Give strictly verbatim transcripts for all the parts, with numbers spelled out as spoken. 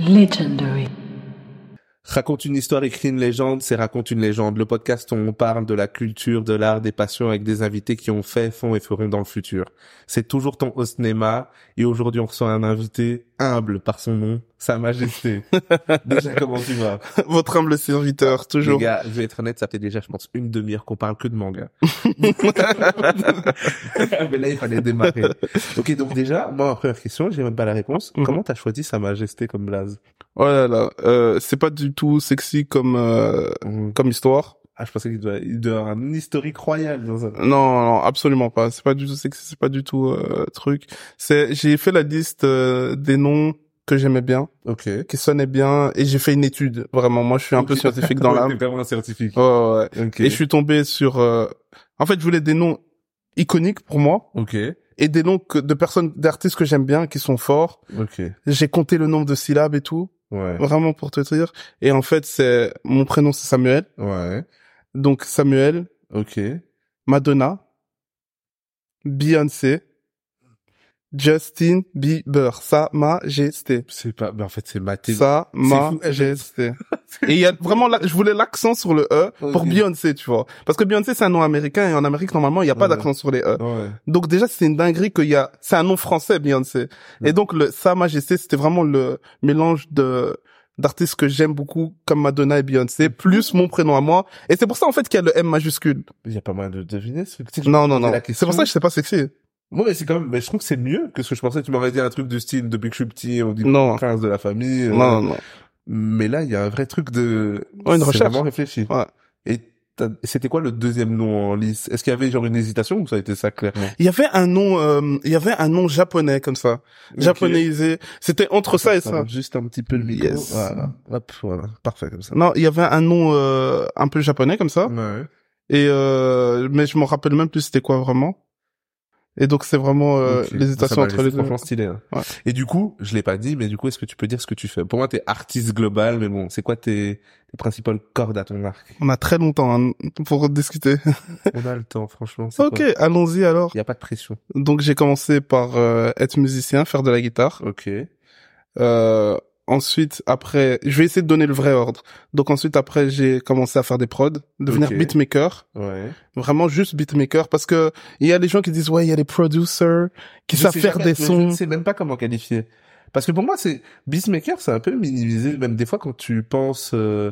Legendary. Raconte une histoire, écrit une légende, c'est Raconte une légende. Le podcast où on parle de la culture, de l'art, des passions avec des invités qui ont fait, font et feront dans le futur. C'est toujours ton host Nema et aujourd'hui on reçoit un invité humble par son nom, Sa Majesté. Déjà, comment tu vas? Votre humble serviteur, toujours. Les gars, je vais être honnête, ça fait déjà, je pense, une demi-heure qu'on parle que de manga. Mais là, il fallait démarrer. Ok, donc déjà, moi, ma première question, j'ai même pas la réponse. Mm-hmm. Comment t'as choisi Sa Majesté comme blaze? Oh là là, euh, c'est pas du tout sexy comme euh, mmh. comme histoire. Ah, je pensais qu'il doit, il doit avoir un historique royal dans ça. Non, non, absolument pas. C'est pas du tout sexy, c'est pas du tout euh, truc. C'est, j'ai fait la liste euh, des noms que j'aimais bien, okay. qui sonnaient bien, et j'ai fait une étude. Vraiment, moi, je suis un okay. peu scientifique dans l'âme. T'es vraiment un scientifique. Oh, ouais. Okay. Et je suis tombé sur. Euh... En fait, je voulais des noms iconiques pour moi. Ok. Et des noms que, de personnes, d'artistes que j'aime bien, qui sont forts. Ok. J'ai compté le nombre de syllabes et tout. Ouais. Vraiment pour te dire. Et en fait, c'est, mon prénom c'est Samuel. Ouais. Donc Samuel. Ok. Madonna. Beyoncé. Justin Bieber. Sa Majesté. C'est pas, mais en fait, c'est Maté. Sa Majesté. Et il y a vraiment là, je voulais l'accent sur le E okay. pour Beyoncé, tu vois. Parce que Beyoncé, c'est un nom américain et en Amérique, normalement, il n'y a pas ouais. d'accent sur les E. Ouais. Donc déjà, c'est une dinguerie qu'il y a, c'est un nom français, Beyoncé. Ouais. Et donc, le Sa Majesté, c'était vraiment le mélange de, d'artistes que j'aime beaucoup, comme Madonna et Beyoncé, plus mon prénom à moi. Et c'est pour ça, en fait, qu'il y a le M majuscule. Il y a pas moyen de deviner ce que Non, non, non. C'est pour ça que je sais pas sexy. Ouais, mais c'est quand même, mais je trouve que c'est mieux que ce que je pensais. Tu m'aurais dit un truc de style, depuis que je suis petit, on dit non. prince de la famille. Non, euh... non. Mais là, il y a un vrai truc de, ouais, une recherche. C'est vraiment réfléchi. Ouais. Et c'était quoi le deuxième nom en lice? Est-ce qu'il y avait genre une hésitation ou ça a été ça clairement? Il y avait un nom, euh, il y avait un nom japonais comme ça. Okay. Japonaisé. C'était entre ça et ça. ça. Juste un petit peu le micro. Yes. Voilà. Hop, voilà. Parfait comme ça. Non, il y avait un nom, euh, un peu japonais comme ça. Ouais. Et, euh, mais je m'en rappelle même plus c'était quoi vraiment. Et donc c'est vraiment euh, okay. l'hésitation entre les deux. Franchement stylé. Hein. Ouais. Et du coup, je l'ai pas dit, mais du coup, est-ce que tu peux dire ce que tu fais? Pour moi, t'es artiste global, mais bon, c'est quoi tes, tes principales cordes à ton arc? On a très longtemps hein, pour discuter. On a le temps, franchement. Ok, quoi? Allons-y alors. Il y a pas de pression. Donc j'ai commencé par euh, être musicien, faire de la guitare. Ok. Euh, ensuite, après, je vais essayer de donner le vrai ordre. Donc ensuite, après, j'ai commencé à faire des prods, devenir okay. beatmaker. Ouais. Vraiment juste beatmaker, parce que il y a les gens qui disent ouais, il y a les producers qui je savent faire jamais, des sons. Je ne sais même pas comment qualifier. Parce que pour moi, c'est beatmaker, c'est un peu minimisé. Même des fois, quand tu penses, euh...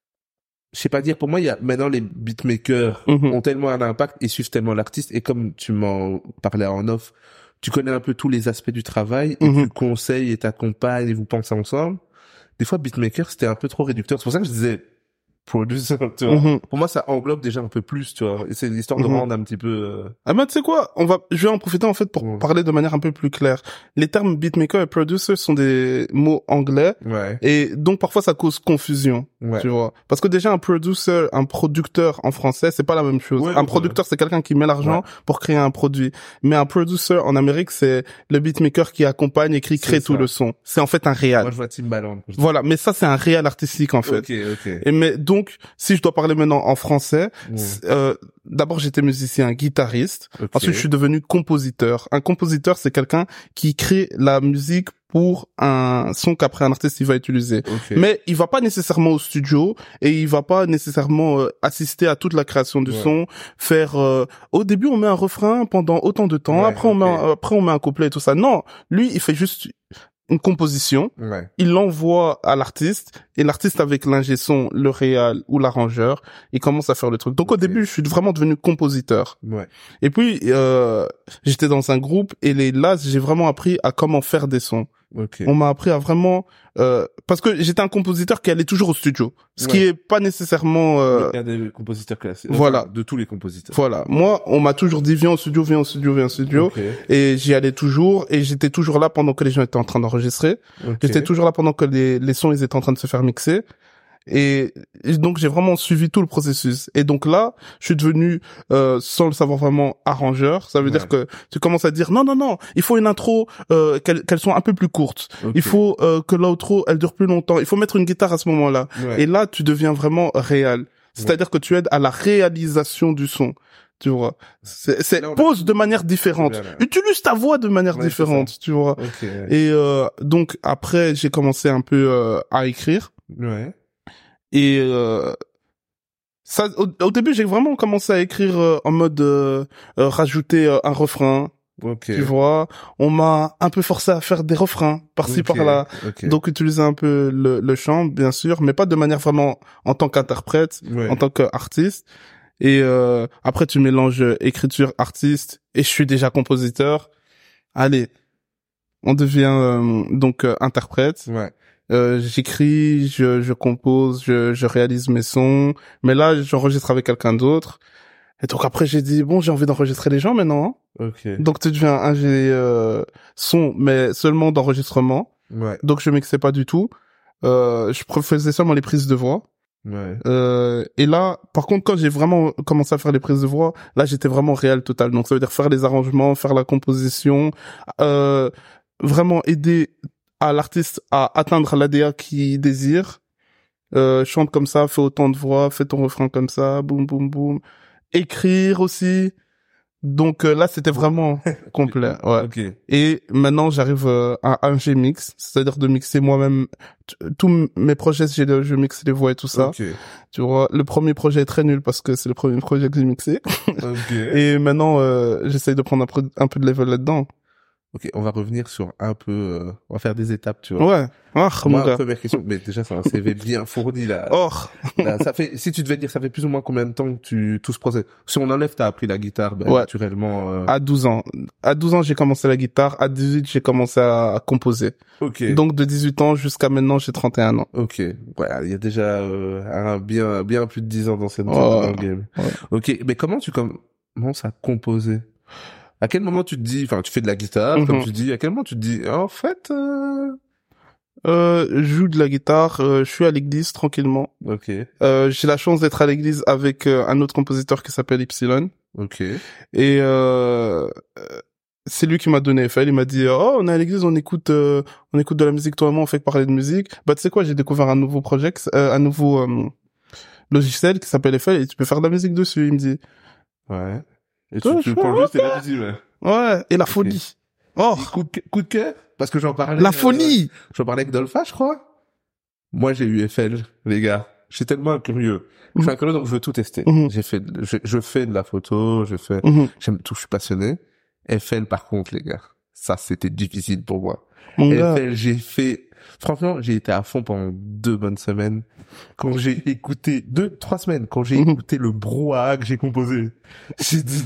je sais pas dire. Pour moi, il y a maintenant les beatmakers mm-hmm. ont tellement un impact et suivent tellement l'artiste. Et comme tu m'en parlais en off. Tu connais un peu tous les aspects du travail et mm-hmm. tu conseilles et t'accompagnes et vous pensez ensemble. Des fois, beatmaker, c'était un peu trop réducteur. C'est pour ça que je disais producer, tu vois. Mm-hmm. Pour moi, ça englobe déjà un peu plus, tu vois. Et c'est l'histoire de mm-hmm. rendre un petit peu... Euh... Ah ben, tu sais quoi? On va, je vais en profiter, en fait, pour mm. parler de manière un peu plus claire. Les termes beatmaker et producer sont des mots anglais. Ouais. Et donc, parfois, ça cause confusion. Ouais. Tu vois. Parce que déjà, un producer, un producteur en français, c'est pas la même chose. Ouais, un producteur, ouais. c'est quelqu'un qui met l'argent ouais. pour créer un produit. Mais un producer, en Amérique, c'est le beatmaker qui accompagne, écrit, crée tout le son. C'est en fait un réal. Moi, je vois Timbaland. Voilà. Mais ça, c'est un réal artistique, en fait. Ok, ok. Et mais, donc, si je dois parler maintenant en français, mmh. euh, d'abord j'étais musicien, guitariste. Okay. Ensuite je suis devenu compositeur. Un compositeur c'est quelqu'un qui crée la musique pour un son qu'après un artiste il va utiliser. Okay. Mais il va pas nécessairement au studio et il va pas nécessairement euh, assister à toute la création du ouais. son, faire euh, au début on met un refrain pendant autant de temps, ouais, après okay. on met un, après on met un couplet et tout ça. Non, lui il fait juste une composition, ouais. il l'envoie à l'artiste et l'artiste avec l'ingé son, le réal ou l'arrangeur, il commence à faire le truc. Donc okay. au début, je suis vraiment devenu compositeur. Ouais. Et puis euh, j'étais dans un groupe et les là, j'ai vraiment appris à comment faire des sons. Okay. On m'a appris à vraiment euh, parce que j'étais un compositeur qui allait toujours au studio, ce ouais. qui est pas nécessairement euh, il y a des compositeurs classiques. Voilà, enfin, de tous les compositeurs. Voilà, moi on m'a toujours dit viens au studio, viens au studio, viens au studio okay. et j'y allais toujours et j'étais toujours là pendant que les gens étaient en train d'enregistrer. Okay. J'étais toujours là pendant que les les sons ils étaient en train de se faire mixer. Et, et donc j'ai vraiment suivi tout le processus. Et donc là, je suis devenu euh, sans le savoir vraiment arrangeur. Ça veut ouais. dire que tu commences à dire non non non, il faut une intro euh, qu'elle qu'elle soit un peu plus courte. Okay. Il faut euh, que l'outro elle dure plus longtemps. Il faut mettre une guitare à ce moment-là. Ouais. Et là, tu deviens vraiment réel. C'est-à-dire ouais. que tu aides à la réalisation du son. tu vois. C'est, c'est pose de manière différente. Bien, utilise ta voix de manière ouais, différente, tu vois. Okay. Et euh, donc après, j'ai commencé un peu euh, à écrire. Ouais. Et euh, ça, au, au début, j'ai vraiment commencé à écrire euh, en mode euh, euh, rajouter euh, un refrain. Okay. Tu vois, on m'a un peu forcé à faire des refrains par-ci okay. par-là. Okay. Donc utiliser un peu le, le chant, bien sûr, mais pas de manière vraiment en tant qu'interprète, ouais. en tant qu'artiste. Et euh, après tu mélanges écriture, artiste, et je suis déjà compositeur. Allez, on devient euh, donc euh, interprète. Ouais. Euh, j'écris, je, je compose, je, je réalise mes sons, mais là j'enregistre avec quelqu'un d'autre. Et donc après j'ai dit bon, j'ai envie d'enregistrer les gens maintenant. Hein. Okay. Donc tu deviens ingé euh, son, mais seulement d'enregistrement. Ouais. Donc je mixais pas du tout. Euh, je faisais seulement les prises de voix. Ouais. Euh, et là, par contre, quand j'ai vraiment commencé à faire les prises de voix, là j'étais vraiment réel total. Donc ça veut dire faire les arrangements, faire la composition, euh, vraiment aider à l'artiste à atteindre l'A D A qu'il désire. Euh, chante comme ça, fais autant de voix, fais ton refrain comme ça, boum boum boum. Écrire aussi. Donc euh, là, c'était vraiment complet. Ouais. Okay. Et maintenant, j'arrive euh, à un G-mix, c'est-à-dire de mixer moi-même t- tous mes projets. Je, je mixe les voix et tout ça. Okay. Tu vois, le premier projet est très nul parce que c'est le premier projet que j'ai mixé. Okay. Et maintenant, euh, j'essaye de prendre un peu, un peu de level là-dedans. Ok, on va revenir sur un peu, euh, on va faire des étapes, tu vois. Ouais. Ah, Moi, mon gars. première question, mais déjà, c'est un C V bien fourni, là. Oh. Là, ça fait, si tu devais dire, ça fait plus ou moins combien de temps que tu, tout ce procès. Si on enlève, t'as appris la guitare, ben, ouais. naturellement, euh... À douze ans. À douze ans, j'ai commencé la guitare. À dix-huit, j'ai commencé à, à composer. Ok. Donc, de dix-huit ans jusqu'à maintenant, j'ai trente et un ans. Ok. Ouais, il y a déjà, euh, un bien, bien plus de dix ans d'ancienneté oh. dans le game. Ouais. Ok. Mais comment tu commences à composer? À quel moment tu te dis, enfin, tu fais de la guitare, mm-hmm. comme tu dis, à quel moment tu te dis, en fait, euh... Euh, je joue de la guitare, euh, je suis à l'église tranquillement. Ok. Euh, j'ai la chance d'être à l'église avec euh, un autre compositeur qui s'appelle Ypsilon. Ok. Et euh, c'est lui qui m'a donné F L. Il m'a dit oh, on est à l'église, on écoute, euh, on écoute de la musique. Toi et moi, on fait que parler de musique. Bah tu sais quoi, j'ai découvert un nouveau projet, euh, un nouveau euh, logiciel qui s'appelle F L et tu peux faire de la musique dessus. Il me dit. Ouais. Et tu, tu prends juste et là tu dis ouais. Ouais. Et la okay. folie. Oh. Coup de, coup de cœur. Parce que j'en parlais. La folie! Euh, j'en parlais avec Dolpha, je crois. Moi, j'ai eu F L, les gars. Je suis tellement curieux. Je suis un curieux, donc je veux tout tester. Mm-hmm. J'ai fait, je, je fais de la photo, je fais, mm-hmm. j'aime tout, je suis passionné. F L, par contre, les gars, ça, c'était difficile pour moi. Mon F L, gars. J'ai fait, franchement, j'ai été à fond pendant deux bonnes semaines. Quand j'ai écouté, deux, trois semaines, quand j'ai mm-hmm. écouté le brouhaha que j'ai composé, j'ai dit,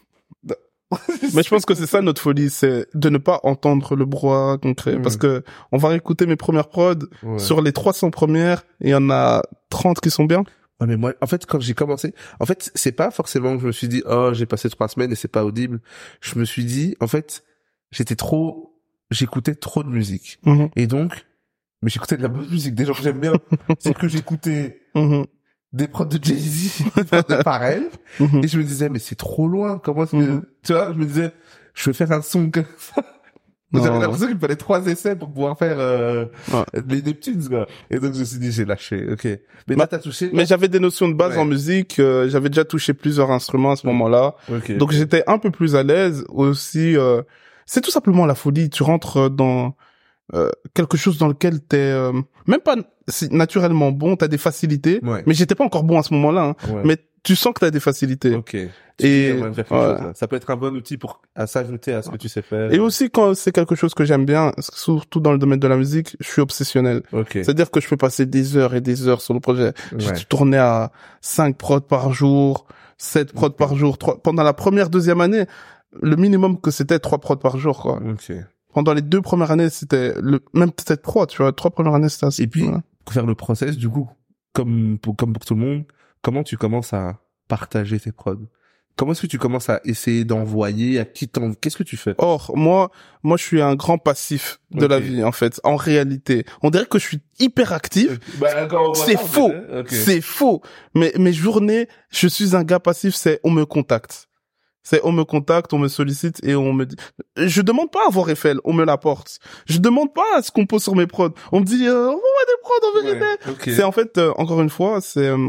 mais je pense que c'est ça notre folie, c'est de ne pas entendre le brouhaha concret. Mmh. Parce que on va réécouter mes premières prods. Ouais. Sur les trois cents premières, il y en a trente qui sont bien. Ouais, mais moi, en fait, quand j'ai commencé, en fait, c'est pas forcément que je me suis dit, oh, j'ai passé trois semaines et c'est pas audible. Je me suis dit, en fait, j'étais trop, j'écoutais trop de musique. Mmh. Et donc, mais j'écoutais de la bonne musique. Des gens que j'aime bien. C'est que j'écoutais mmh. des prods de Jay-Z, des prods de Pharrell. Mm-hmm. Et je me disais, mais c'est trop loin. Comment est-ce que, mm-hmm. tu vois, je me disais, je vais faire un son comme ça. Donc, j'avais l'impression qu'il me fallait trois essais pour pouvoir faire, euh, ouais. les Neptunes, quoi. Et donc, je me suis dit, j'ai lâché. Ok. Mais là, t'as touché. Mais j'avais des notions de base ouais. en musique. Euh, j'avais déjà touché plusieurs instruments à ce moment-là. Okay, donc, okay. j'étais un peu plus à l'aise aussi. Euh, c'est tout simplement la folie. Tu rentres dans, Euh, quelque chose dans lequel t'es euh, même pas c'est naturellement bon, t'as des facilités, ouais. mais j'étais pas encore bon à ce moment-là, hein, ouais. mais tu sens que t'as des facilités. Ok. Tu et ouais. chose, ça peut être un bon outil pour à s'ajouter à ce que tu sais faire. Et aussi quand c'est quelque chose que j'aime bien, surtout dans le domaine de la musique, je suis obsessionnel. Okay. C'est-à-dire que je peux passer des heures et des heures sur le projet. Ouais. Je tournais à cinq prods par jour, sept prods okay. par jour, trois... pendant la première deuxième année, le minimum que c'était trois prods par jour, quoi. Ok. Pendant les deux premières années, c'était le même peut-être trois, tu vois, trois premières années, c'était assez. Et puis, voilà. Pour faire le process, du coup, comme pour, comme pour tout le monde, comment tu commences à partager tes prods? Comment est-ce que tu commences à essayer d'envoyer, à qui t'en, qu'est-ce que tu fais? Or, moi, moi, je suis un grand passif de okay. la vie, en fait. En réalité, on dirait que je suis hyper actif. Bah, c'est ça, faux. Okay. C'est faux. Mais mes journées, je suis un gars passif, c'est on me contacte. C'est on me contacte, on me sollicite et on me dit. Je demande pas à avoir F L, on me l'apporte. Je demande pas à ce qu'on pose sur mes prods. On me dit, euh, on voit des prods en vérité. Ouais, okay. C'est en fait, euh, encore une fois, c'est euh,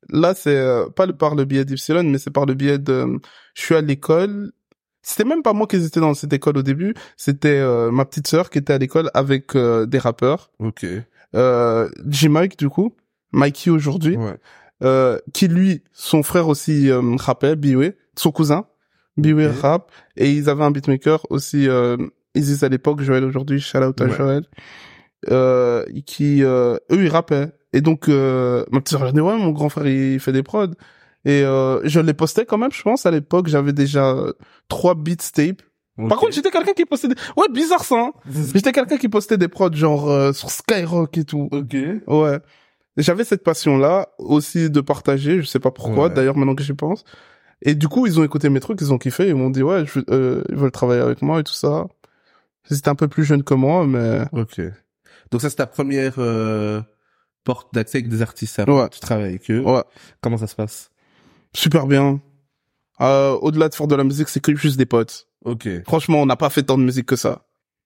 là, c'est euh, pas le, par le biais d'Ypsilon, mais c'est par le biais de... Euh, je suis à l'école. C'était même pas moi qui étais dans cette école au début. C'était euh, ma petite sœur qui était à l'école avec euh, des rappeurs. Ok. Euh, J-Mike, du coup. Mikey aujourd'hui. Ouais. Euh, qui, lui, son frère aussi euh, rappait, Biway. Son cousin. Biway okay. rap. Et ils avaient un beatmaker aussi... Euh, Isis à l'époque, Joël aujourd'hui, shout out à ouais. Joël. Euh, qui... Euh, eux, ils rappaient. Et donc, euh, ma petite sœur, elle dit, ouais, mon grand frère, il fait des prods. Et euh, je les postais quand même, je pense, à l'époque, j'avais déjà euh, trois beats tape. Okay. Par contre, j'étais quelqu'un qui postait des... Ouais, bizarre ça, hein. J'étais quelqu'un qui postait des prods, genre, euh, sur Skyrock et tout. Ok. Ouais. J'avais cette passion-là, aussi de partager, je sais pas pourquoi, ouais. D'ailleurs, maintenant que j'y pense. Et du coup, ils ont écouté mes trucs, ils ont kiffé, ils m'ont dit, ouais, je, euh, ils veulent travailler avec moi et tout ça. C'était un peu plus jeune que moi, mais... Ok. Donc ça, c'est ta première... Euh... porte d'accès avec des artistes, ça. Ouais. Tu travailles avec eux. Ouais. Comment ça se passe? Super bien. Euh, au-delà de faire de la musique, c'est que juste des potes. Ok. Franchement, on n'a pas fait tant de musique que ça.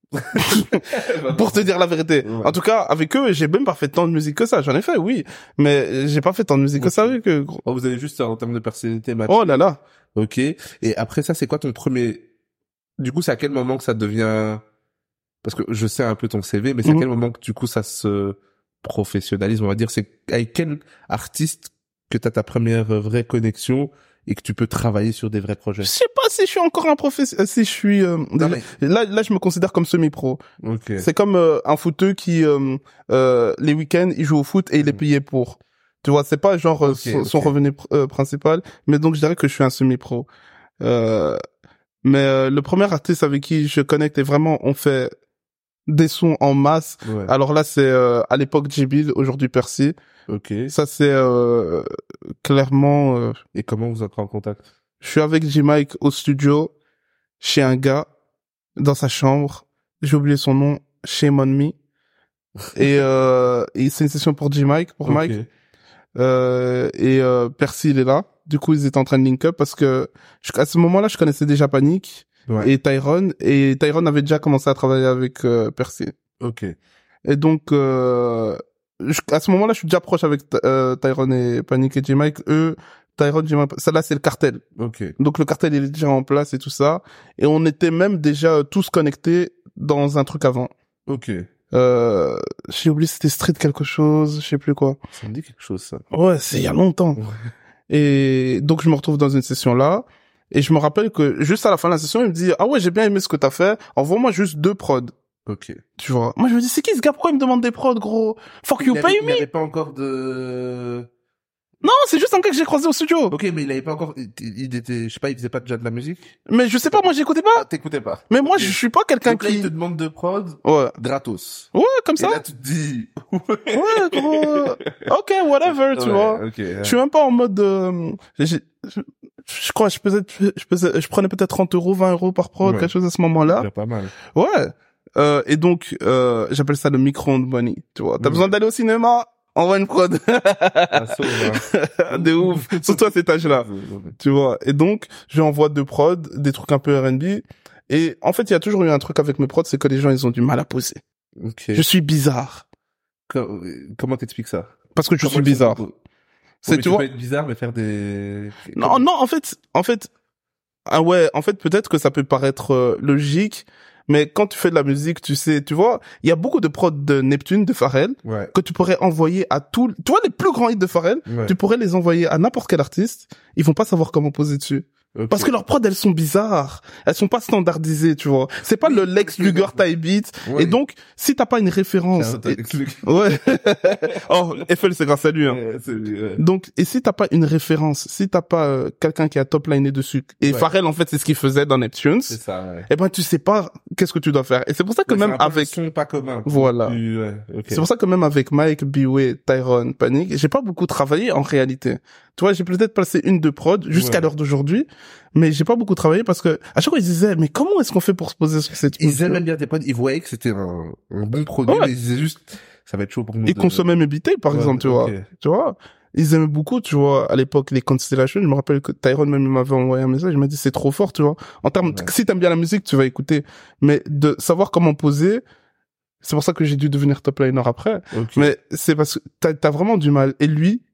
Pour te dire la vérité. Ouais. En tout cas, avec eux, j'ai même pas fait tant de musique que ça. J'en ai fait, oui. Mais j'ai pas fait tant de musique okay. que ça avec eux. Oh, vous avez juste, en termes de personnalité, match. Oh là là. Ok. Et après ça, c'est quoi ton premier... Du coup, c'est à quel moment que ça devient... Parce que je sais un peu ton C V, mais c'est mm-hmm. à quel moment que, du coup, ça se... professionnalisme, on va dire, c'est avec quel artiste que t'as ta première vraie connexion et que tu peux travailler sur des vrais projets? Je sais pas si je suis encore un professionnel, si je suis, euh, non, mais... là, là, je me considère comme semi-pro. Okay. C'est comme euh, un footeux qui, euh, euh, les week-ends, il joue au foot et il est payé pour. Tu vois, c'est pas genre okay, son, okay. son revenu pr- euh, principal, mais donc je dirais que je suis un semi-pro. Euh, mais euh, le premier artiste avec qui je connecte et vraiment on fait des sons en masse. Ouais. Alors là, c'est euh, à l'époque J-Bill, aujourd'hui Percy. Ok. Ça, c'est euh, clairement... Euh, et comment vous entrez en contact? Je suis avec J-Mike au studio, chez un gars, dans sa chambre. J'ai oublié son nom, Shame on Me. et, euh, et c'est une session pour J-Mike, pour okay. Mike. Euh, et euh, Percy, il est là. Du coup, ils étaient en train de link up parce que je, à ce moment-là, je connaissais déjà Panic. Ouais. Et Tyrone, et Tyrone avait déjà commencé à travailler avec euh, Percy. Ok. Et donc, euh, je, à ce moment-là, je suis déjà proche avec euh, Tyrone et Panic et J-Mike. Eux, Tyrone, J-Mike, ça là, c'est le cartel. Ok. Donc le cartel, il est déjà en place et tout ça. Et on était même déjà tous connectés dans un truc avant. Ok. Euh, j'ai oublié, c'était Street quelque chose, je sais plus quoi. Ça me dit quelque chose, ça. Ouais, c'est il y a longtemps. Ouais. Et donc, je me retrouve dans une session là. Et je me rappelle que juste à la fin de la session, il me dit « Ah ouais, j'ai bien aimé ce que t'as fait. Envoie-moi juste deux prods. » Ok. Tu vois. Moi, je me dis « C'est qui ce gars? Pourquoi il me demande des prods, gros? Fuck you, pay me !» Il avait pas encore de... Non, c'est juste un gars que j'ai croisé au studio. Ok, mais il avait pas encore, il, il était, je sais pas, il faisait pas déjà de la musique? Mais je sais pas, moi j'écoutais pas. Ah, t'écoutais pas. Mais moi, okay. je suis pas quelqu'un Donc là, qui... il te demande de prod. Ouais. Gratos. Ouais, comme ça. Et là, tu te dis... ouais, gros. Ok, whatever, tu ouais, vois. Okay, ouais. Je suis même pas en mode, euh, je, je, je crois, je faisais, je faisais, je prenais peut-être trente euros, vingt euros par prod, ouais. quelque chose à ce moment-là. C'est pas mal. Ouais. Euh, et donc, euh, j'appelle ça le micro-ondes money, tu vois. T'as ouais. besoin d'aller au cinéma? Envoie une prod. Ah, sauve, hein. De ouf. Surtout à cet âge-là. Tu vois. Et donc, je lui envoie deux prods, des trucs un peu R and B. Et en fait, il y a toujours eu un truc avec mes prods, c'est que les gens, ils ont du mal à poser. Okay. Je suis bizarre. Comment t'expliques ça? Parce que je Comment suis bizarre. Sont... C'est, ouais, tu tu vois. peux être bizarre, mais faire des... Non, non, en fait, en fait, ah ouais, en fait, peut-être que ça peut paraître euh, logique, mais quand tu fais de la musique, tu sais, tu vois, il y a beaucoup de prods de Neptune, de Pharrell, ouais. que tu pourrais envoyer à tout, tu vois, les plus grands hits de Pharrell, ouais. tu pourrais les envoyer à n'importe quel artiste, ils vont pas savoir comment poser dessus. Okay. Parce que leurs prods, elles sont bizarres. Elles sont pas standardisées, tu vois. C'est pas oui, le Lex Luger type beat. Oui. Et donc, si t'as pas une référence... Et... Ouais. Oh, Eiffel, c'est grâce à lui, hein. Ouais, c'est lui, ouais. Donc, et si t'as pas une référence, si t'as pas euh, quelqu'un qui a top liné dessus, et ouais. Pharrell, en fait, c'est ce qu'il faisait dans Neptunes. C'est ça, ouais. Eh ben, tu sais pas qu'est-ce que tu dois faire. Et c'est pour ça que ouais, même avec... C'est un pas commun. Voilà. Tu... Ouais, okay. C'est pour ça que même avec Mike, Biway, Tyrone, Panic, j'ai pas beaucoup travaillé, en réalité. Tu vois, j'ai peut-être passé une, deux prods jusqu'à ouais. l'heure d'aujourd'hui, mais j'ai pas beaucoup travaillé parce que à chaque fois ils disaient mais comment est-ce qu'on fait pour se poser sur cette ils aimaient bien tes prods, ils voyaient que c'était un, un bon produit, ouais. mais ils disaient juste ça va être chaud pour nous. Ils de... consommaient mes beats par ouais, exemple, tu okay. vois. Tu vois, ils aimaient beaucoup, tu vois, à l'époque les Constellations, je me rappelle que Tyrone même m'avait envoyé un message, il m'a dit c'est trop fort, tu vois. En termes ouais. si t'aimes bien la musique, tu vas écouter, mais de savoir comment poser, c'est pour ça que j'ai dû devenir top liner après. Okay. Mais c'est parce que t'as, t'as vraiment du mal. Et lui,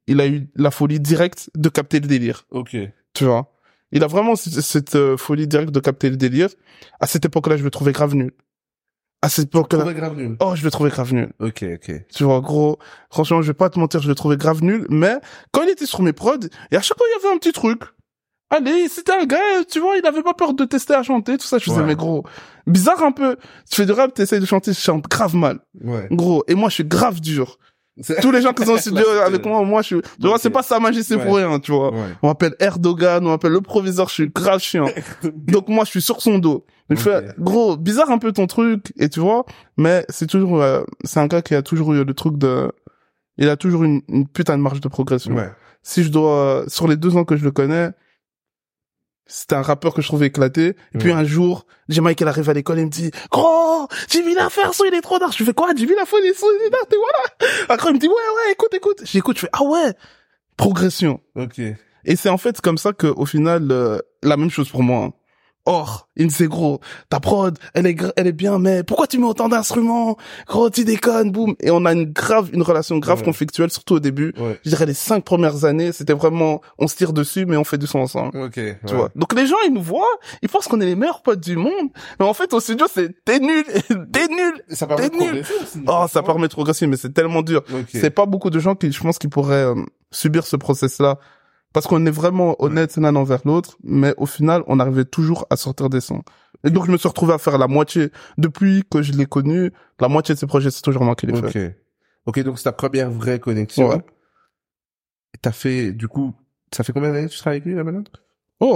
il a eu la folie directe de capter le délire. Ok. Tu vois. Il a vraiment cette, cette euh, folie directe de capter le délire. À cette époque-là, je le trouvais grave nul. À cette époque-là. Tu le trouvais grave nul. Oh, je le trouvais grave nul. Ok, ok. Tu vois, gros, franchement, je vais pas te mentir, je le trouvais grave nul, mais quand il était sur mes prods, et à chaque fois, il y avait un petit truc. Allez, c'était un gars, tu vois, il avait pas peur de tester à chanter, tout ça, je faisais, Ouais. mais gros, bizarre un peu. Tu fais du rap, t'essayes de chanter, je chante grave mal. Ouais. Gros, et moi, je suis grave dur. C'est- Tous les gens qui sont au studio Là, avec moi, moi, je suis, tu vois, Ok. c'est pas sa magie, c'est Ouais. pour rien, tu vois. Ouais. On m'appelle Erdogan, on m'appelle le proviseur, je suis grave chiant. Donc moi, je suis sur son dos. Je Ok. fais, gros, bizarre un peu ton truc, et tu vois, mais c'est toujours, euh, c'est un gars qui a toujours eu le truc de, il a toujours une, une putain de marge de progression. Ouais. Si je dois, sur les deux ans que je le connais, c'était un rappeur que je trouvais éclaté. Et puis Ouais. un jour, J-Mike, il arrive à l'école et il me dit, gros, Jimmy Laffer, son il est trop d'art. Je fais quoi? Jimmy Laffer, il est son il est d'art, et voilà. Après, il me dit, ouais, ouais, écoute, écoute. J'écoute, je fais, ah ouais, progression. Ok. Et c'est en fait comme ça que, au final, euh, la même chose pour moi. Or, il me dit, gros, ta prod, elle est, gr- elle est bien, mais pourquoi tu mets autant d'instruments? Gros, tu déconnes, boum. Et on a une grave, une relation grave Ouais. conflictuelle, surtout au début. Ouais. Je dirais les cinq premières années, c'était vraiment, on se tire dessus, mais on fait du son ensemble. Ok. Tu ouais. vois. Donc les gens, ils nous voient, ils pensent qu'on est les meilleurs potes du monde. Mais en fait, au studio, c'est, t'es nul, t'es nul. Ça permet de T'es nul. progresser aussi. Oh, ça permet de progresser, mais c'est tellement dur. Ok. C'est pas beaucoup de gens qui, je pense, qui pourraient euh, subir ce process-là. Parce qu'on est vraiment honnête l'un envers l'autre, mais au final, on arrivait toujours à sortir des sons. Et donc, je me suis retrouvé à faire la moitié. Depuis que je l'ai connu, la moitié de ses projets, c'est toujours moi qui l'ai fait. Ok. Ok, donc c'est ta première vraie connexion. Ouais. Et t'as fait, du coup, ça fait combien d'années que tu travailles avec lui, là, maintenant? Oh,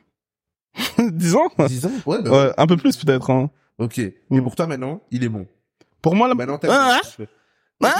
dix ans? Dix ans? Ouais, bah, Ouais, un peu plus peut-être. Hein. Ok. Et Mm. pour toi, maintenant, il est bon. Pour moi, là... Maintenant, t'as... Ah, Ah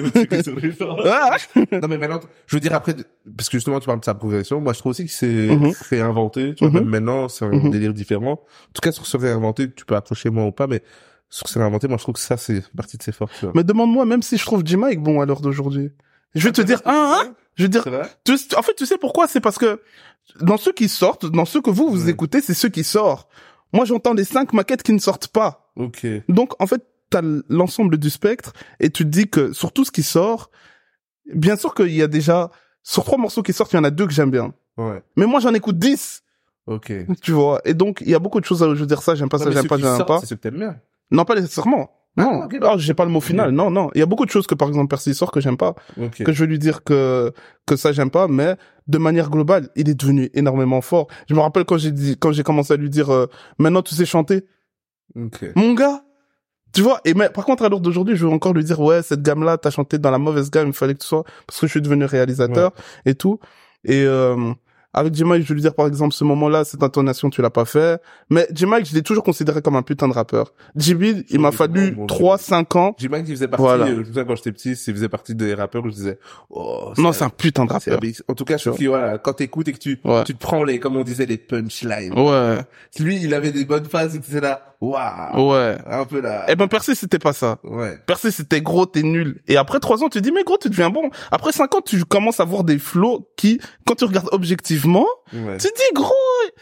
ah. Non, mais maintenant, je veux dire après, parce que justement, tu parles de sa progression. Moi, je trouve aussi que c'est Mhm. réinventé. Tu vois, Mhm. même maintenant, c'est un Mhm. délire différent. En tout cas, sur ce réinventé, tu peux accrocher moi ou pas, mais sur ce réinventé, moi, je trouve que ça, c'est partie de ses forces, tu vois. Mais demande-moi, même si je trouve J-Mike bon à l'heure d'aujourd'hui. Je vais te dire, hein, hein, je vais te dire, C'est vrai? tu, en fait, tu sais pourquoi? C'est parce que dans ceux qui sortent, dans ceux que vous, vous Ouais. écoutez, c'est ceux qui sortent. Moi, j'entends les cinq maquettes qui ne sortent pas. Ok. Donc, en fait, t'as l'ensemble du spectre et tu te dis que sur tout ce qui sort, bien sûr qu'il y a déjà, sur trois morceaux qui sortent, il y en a deux que j'aime bien. Ouais. Mais moi, j'en écoute dix, Ok. tu vois. Et donc, il y a beaucoup de choses à, je veux dire ça, j'aime pas Non, ça, mais j'aime ceux pas, qui j'aime sortent, pas. c'est ceux que t'aimes bien. Non, pas nécessairement. Non, Ah, ok, oh, j'ai pas le mot final. Non, non. Il y a beaucoup de choses que, par exemple, Percy sort que j'aime pas. Ok. Que je vais lui dire que que ça j'aime pas, mais de manière globale, il est devenu énormément fort. Je me rappelle quand j'ai dit, quand j'ai commencé à lui dire, euh, maintenant tu sais chanter, Ok. mon gars, tu vois. Et mais par contre à l'heure d'aujourd'hui, je vais encore lui dire, ouais, cette gamme-là, t'as chanté dans la mauvaise gamme, il fallait que tu sois, parce que je suis devenu réalisateur et tout. Et euh, avec J-Mike, je vais lui dire par exemple, ce moment-là, cette intonation, tu l'as pas fait. Mais J-Mike, je l'ai toujours considéré comme un putain de rappeur. J-B, il m'a fallu bon, trois, cinq ans. J-Mike, il faisait partie, Voilà. euh, je me souviens quand j'étais petit, il faisait partie des rappeurs où je disais, oh, Non, c'est un putain de c'est rappeur. abs- en tout cas, je trouve que, voilà, quand t'écoutes et que tu, Ouais. tu te prends les, comme on disait, les punchlines. Ouais, Lui, il avait des bonnes phases où tu sais là, waouh. ouais. Un peu là. Eh ben, Percy, c'était pas ça. Ouais. Percy, c'était gros, t'es nul. Et après trois ans, tu te dis, mais gros, tu deviens bon. Après cinq ans, tu commences à voir des flows qui, quand tu regardes objectivement, Ouais. tu te dis, gros,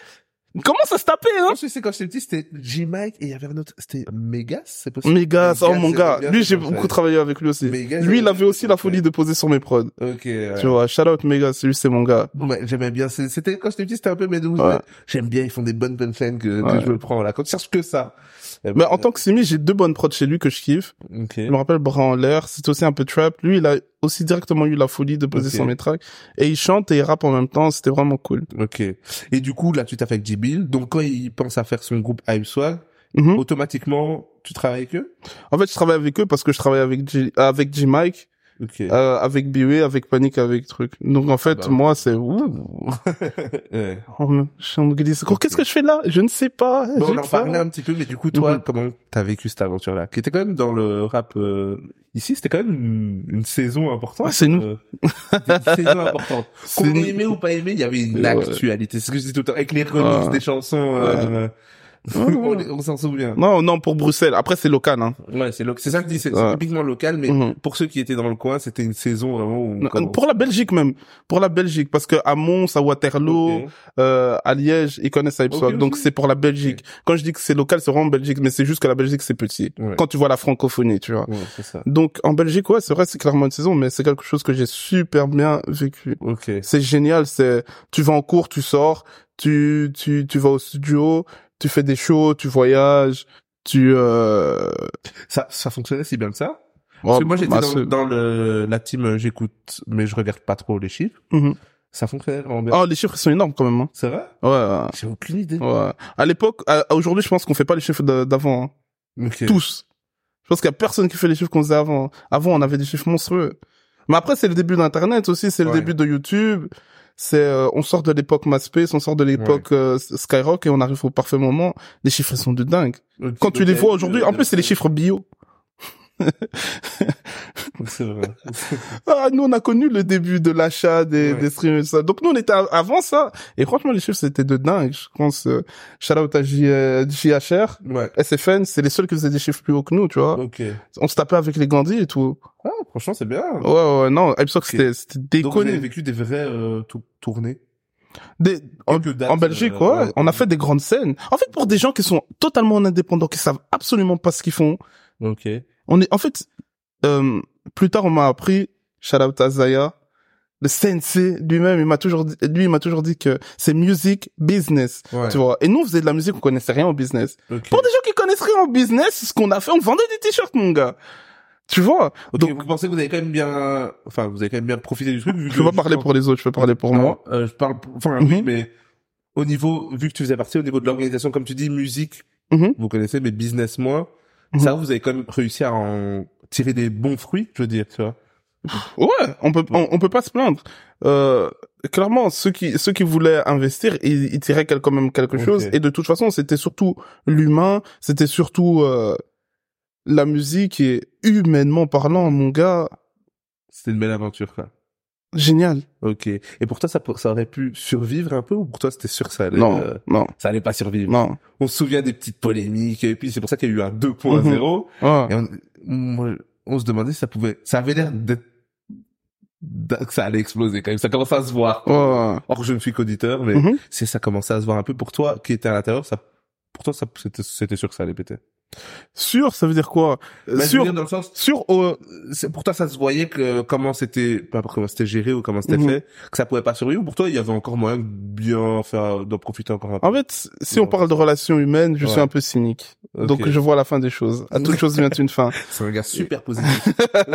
il commence à se taper, hein. Moi, je sais, quand j'étais petit, c'était J-Mike et il y avait un autre, c'était Megas, c'est possible? Mégas, oh Megas, mon c'est gars. Megas, Lui, c'est j'ai comme ça. beaucoup travaillé avec lui aussi. Megas, Lui, il c'est- avait aussi la folie de poser sur mes prods. Ok, ouais. Tu vois, shout out Mégas, lui, c'est mon gars. Ouais, j'aimais bien. C'est- C'était, quand j'étais petit, c'était un peu mes douze. Ouais. J'aime bien, ils font des bonnes punchlines que, que Ouais. je le prends, là. Quand tu cherches que ça. Mais en tant que Simi, j'ai deux bonnes prods chez lui que je kiffe. Ok. Je me rappelle Bras en l'air, c'est aussi un peu trap. Lui, il a aussi directement eu la folie de poser Ok. sur mes tracks. Et il chante et il rappe en même temps, c'était vraiment cool. Ok. Et du coup, là, tu t'as fait avec J-Bill. Donc, quand il pense à faire son groupe Hype Swag, Mhm. automatiquement, tu travailles avec eux? En fait, je travaille avec eux parce que je travaille avec J, avec J-Mike, Ok. euh, avec B-Way, avec Panic, avec truc. Donc, en fait, bah, moi, c'est, ouh. Ouais. Oh, mais je suis en glisse. Qu'est-ce que je fais là? Je ne sais pas. Bon, Je on en sais pas. parlait un petit peu, mais du coup, toi, Mhm. comment t'as vécu cette aventure-là? Qui était quand même dans le rap, euh, ici, c'était quand même une, une saison importante. Ouais, c'est nous. Euh, c'était une saison importante. C'est Qu'on nous. aimait ou pas aimé, il y avait une Ouais. actualité. C'est ce que je dis tout le temps. Avec les remixes Ouais. des chansons, euh, on, on s'en souvient. Non, non, pour Bruxelles. Après, c'est local, hein. Ouais, c'est lo- c'est ça que je dis, c'est, Ouais. c'est typiquement local, mais Mhm. pour ceux qui étaient dans le coin, c'était une saison vraiment où on Non, commence. pour la Belgique même. Pour la Belgique. Parce que à Mons, à Waterloo, Ok. euh, à Liège, ils connaissent Hypeswag. Ok, Donc aussi. c'est pour la Belgique. Ok. Quand je dis que c'est local, c'est vraiment Belgique, mais c'est juste que la Belgique, c'est petit. Ouais. Quand tu vois la francophonie, tu vois. Ouais, c'est ça. Donc en Belgique, ouais, c'est vrai, c'est clairement une saison, mais c'est quelque chose que j'ai super bien vécu. Ok. C'est génial, c'est, tu vas en cours, tu sors, tu, tu, tu vas au studio, tu fais des shows, tu voyages, tu, euh... Ça, ça fonctionnait si bien que ça? oh, Parce que moi, j'étais bah, dans, c'est- dans le, la team, euh, j'écoute, mais je regarde pas trop les chiffres. Mhm. Ça fonctionnait vraiment bien. Oh, les chiffres ils sont énormes quand même, hein. C'est vrai? Ouais, ouais. J'ai aucune idée. Ouais. À l'époque, à- aujourd'hui, je pense qu'on fait pas les chiffres de- d'avant, hein. Ok. Tous. Je pense qu'il y a personne qui fait les chiffres qu'on faisait avant. Avant, on avait des chiffres monstrueux. Mais après, c'est le début d'Internet aussi, c'est le Ouais. début de YouTube. C'est, euh, on sort de l'époque MySpace, on sort de l'époque euh, Skyrock et on arrive au parfait moment. Les chiffres ils sont de dingue. Ok, Quand tu donc, les il y a vois eu, aujourd'hui, euh, en plus, c'est les chiffres bio. C'est vrai. Ah, nous, on a connu le début de l'achat des, Ouais. des streams et ça. Donc, nous, on était à- avant ça. Et franchement, les chiffres, c'était de dingue. Je pense, euh, shout out à J, euh, J H R, Ouais. S F N, c'est les seuls qui faisaient des chiffres plus hauts que nous, tu vois. Ok. On se tapait avec les Gandhi et tout. Ah, franchement, c'est bien. Ouais, ouais, non, Hypeswag, Ok. c'était, c'était Donc, vous avez déconné. vécu des vraies, euh, tou- tournées. Des, en, Quelques dates, en Belgique, euh, ouais, ouais. on a fait des grandes scènes. En fait, pour des gens qui sont totalement indépendants, qui savent absolument pas ce qu'ils font, Ok. on est, en fait, euh, plus tard, on m'a appris, shout out à Zaya, le sensei lui-même, il m'a toujours dit, lui, il m'a toujours dit que c'est music business, Ouais. tu vois. Et nous, on faisait de la musique, on connaissait rien au business. Ok. Pour des gens qui connaissent rien au business, ce qu'on a fait, on vendait des t-shirts, mon gars. Tu vois. Ok, Donc, vous pensez que vous avez quand même bien, enfin, vous avez quand même bien profité du truc, vu je que peux pas parler pour les autres, je peux parler pour Non, moi. euh, je parle, pour- enfin, oui, Mhm. mais au niveau, vu que tu faisais partie au niveau de l'organisation, comme tu dis, musique, Mhm. vous connaissez, mais business moins, Mhm. ça, vous avez quand même réussi à en tirer des bons fruits, je veux dire, tu vois. Ouais, on peut, on, on peut pas se plaindre. Euh, clairement, ceux qui, ceux qui voulaient investir, ils, ils tiraient quel- quand même quelque Ok. chose. Et de toute façon, c'était surtout l'humain, c'était surtout, euh, la musique et humainement parlant, mon gars, C'était une belle aventure, quoi. génial. Ok. Et pour toi, ça, pour- ça aurait pu survivre un peu, ou pour toi, c'était sûr que ça allait, Non, euh, non, ça allait pas survivre? non. On se souvient des petites polémiques, et puis c'est pour ça qu'il y a eu un deux point zéro. Ouais. Et on, moi, on se demandait si ça pouvait, ça avait l'air d'être, d'a- que ça allait exploser quand même. Ça commençait à se voir. Ouais. Or, je ne suis qu'auditeur, mais Mhm. si ça commençait à se voir un peu pour toi, qui était à l'intérieur, ça, pour toi, ça, c'était, c'était sûr que ça allait péter. Sûr, ça veut dire quoi? Euh, Mais je veux Sûr, dire, dans le sens, sûr, euh, c'est, pour toi, ça se voyait que comment c'était, pas comment c'était géré ou comment c'était Mhm. fait, que ça pouvait pas survivre, ou pour toi, il y avait encore moyen de bien faire, d'en profiter encore un peu. en fait, si on parle de relations humaines, je suis Ouais. un peu cynique. Ok. Donc, je vois la fin des choses. À toute chose vient une fin. C'est un gars super positif.